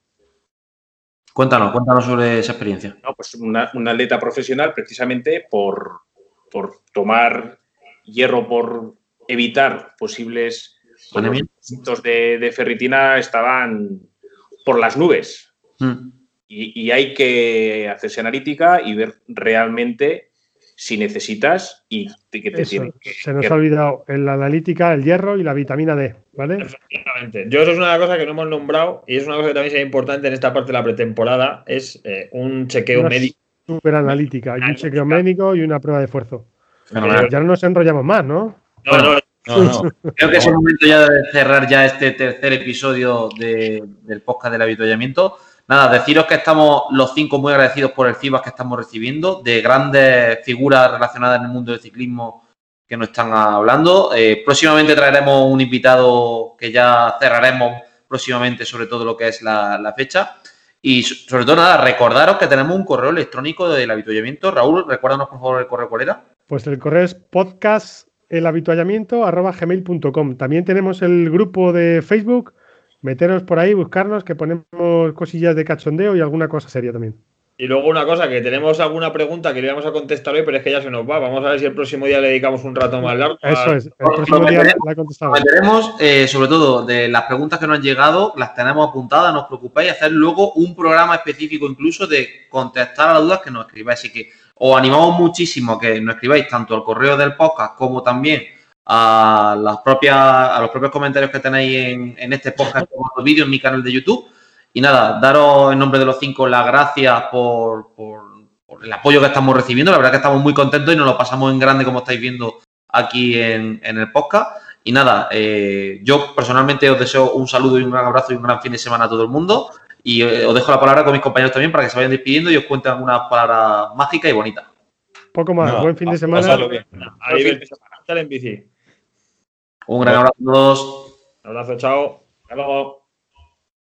Cuéntanos, cuéntanos sobre esa experiencia. No, pues una, una atleta profesional, precisamente por, por tomar hierro, por evitar posibles pues, los Anemia. depósitos de, de ferritina estaban por las nubes. Mm. Y, y hay que hacerse analítica y ver realmente si necesitas y de que te Eso, tiene que, se nos que- ha olvidado en la analítica el hierro y la vitamina D, ¿vale? Efectivamente. Yo eso es una cosa que no hemos nombrado y es una cosa que también sería importante en esta parte de la pretemporada, es eh, un chequeo Una médico. super analítica y un chequeo médico y una prueba de esfuerzo. Fenomenal. Ya no nos enrollamos más, ¿no? No, no, No, no. Creo que es el momento ya de cerrar ya este tercer episodio de- del podcast del avituallamiento. Nada, deciros que estamos los cinco muy agradecidos por el feedback que estamos recibiendo de grandes figuras relacionadas en el mundo del ciclismo que nos están hablando. Eh, próximamente traeremos un invitado que ya cerraremos próximamente sobre todo lo que es la, la fecha. Y so- sobre todo, nada, recordaros que tenemos un correo electrónico del avituallamiento. Raúl, recuérdanos por favor el correo cuál era. Pues el correo es podcastelhabituallamiento arroba gmail punto com. También tenemos el grupo de Facebook. Meteros por ahí, buscarnos, que ponemos cosillas de cachondeo y alguna cosa seria también. Y luego una cosa, que tenemos alguna pregunta que le íbamos a contestar hoy, pero es que ya se nos va. Vamos a ver si el próximo día le dedicamos un rato más largo. Eso es, el próximo día la contestamos. Prometeremos, eh, sobre todo, de las preguntas que nos han llegado, las tenemos apuntadas, no os preocupéis, hacer luego un programa específico incluso de contestar a las dudas que nos escribáis. Así que os animamos muchísimo a que nos escribáis tanto al correo del podcast como también a las propias, a los propios comentarios que tenéis en, en este podcast, en los vídeos en mi canal de YouTube. Y nada, daros en nombre de los cinco las gracias por, por, por el apoyo que estamos recibiendo. La verdad que estamos muy contentos y nos lo pasamos en grande, como estáis viendo aquí en, en el podcast. Y nada, eh, yo personalmente os deseo un saludo y un gran abrazo y un gran fin de semana a todo el mundo. Y eh, os dejo la palabra con mis compañeros también para que se vayan despidiendo y os cuenten algunas palabras mágicas y bonitas. Poco más, No, buen fin de pa- semana. pasarlo bien. Ahí ven, sale en bici. Un gran abrazo a todos. Un abrazo, chao. Hasta luego.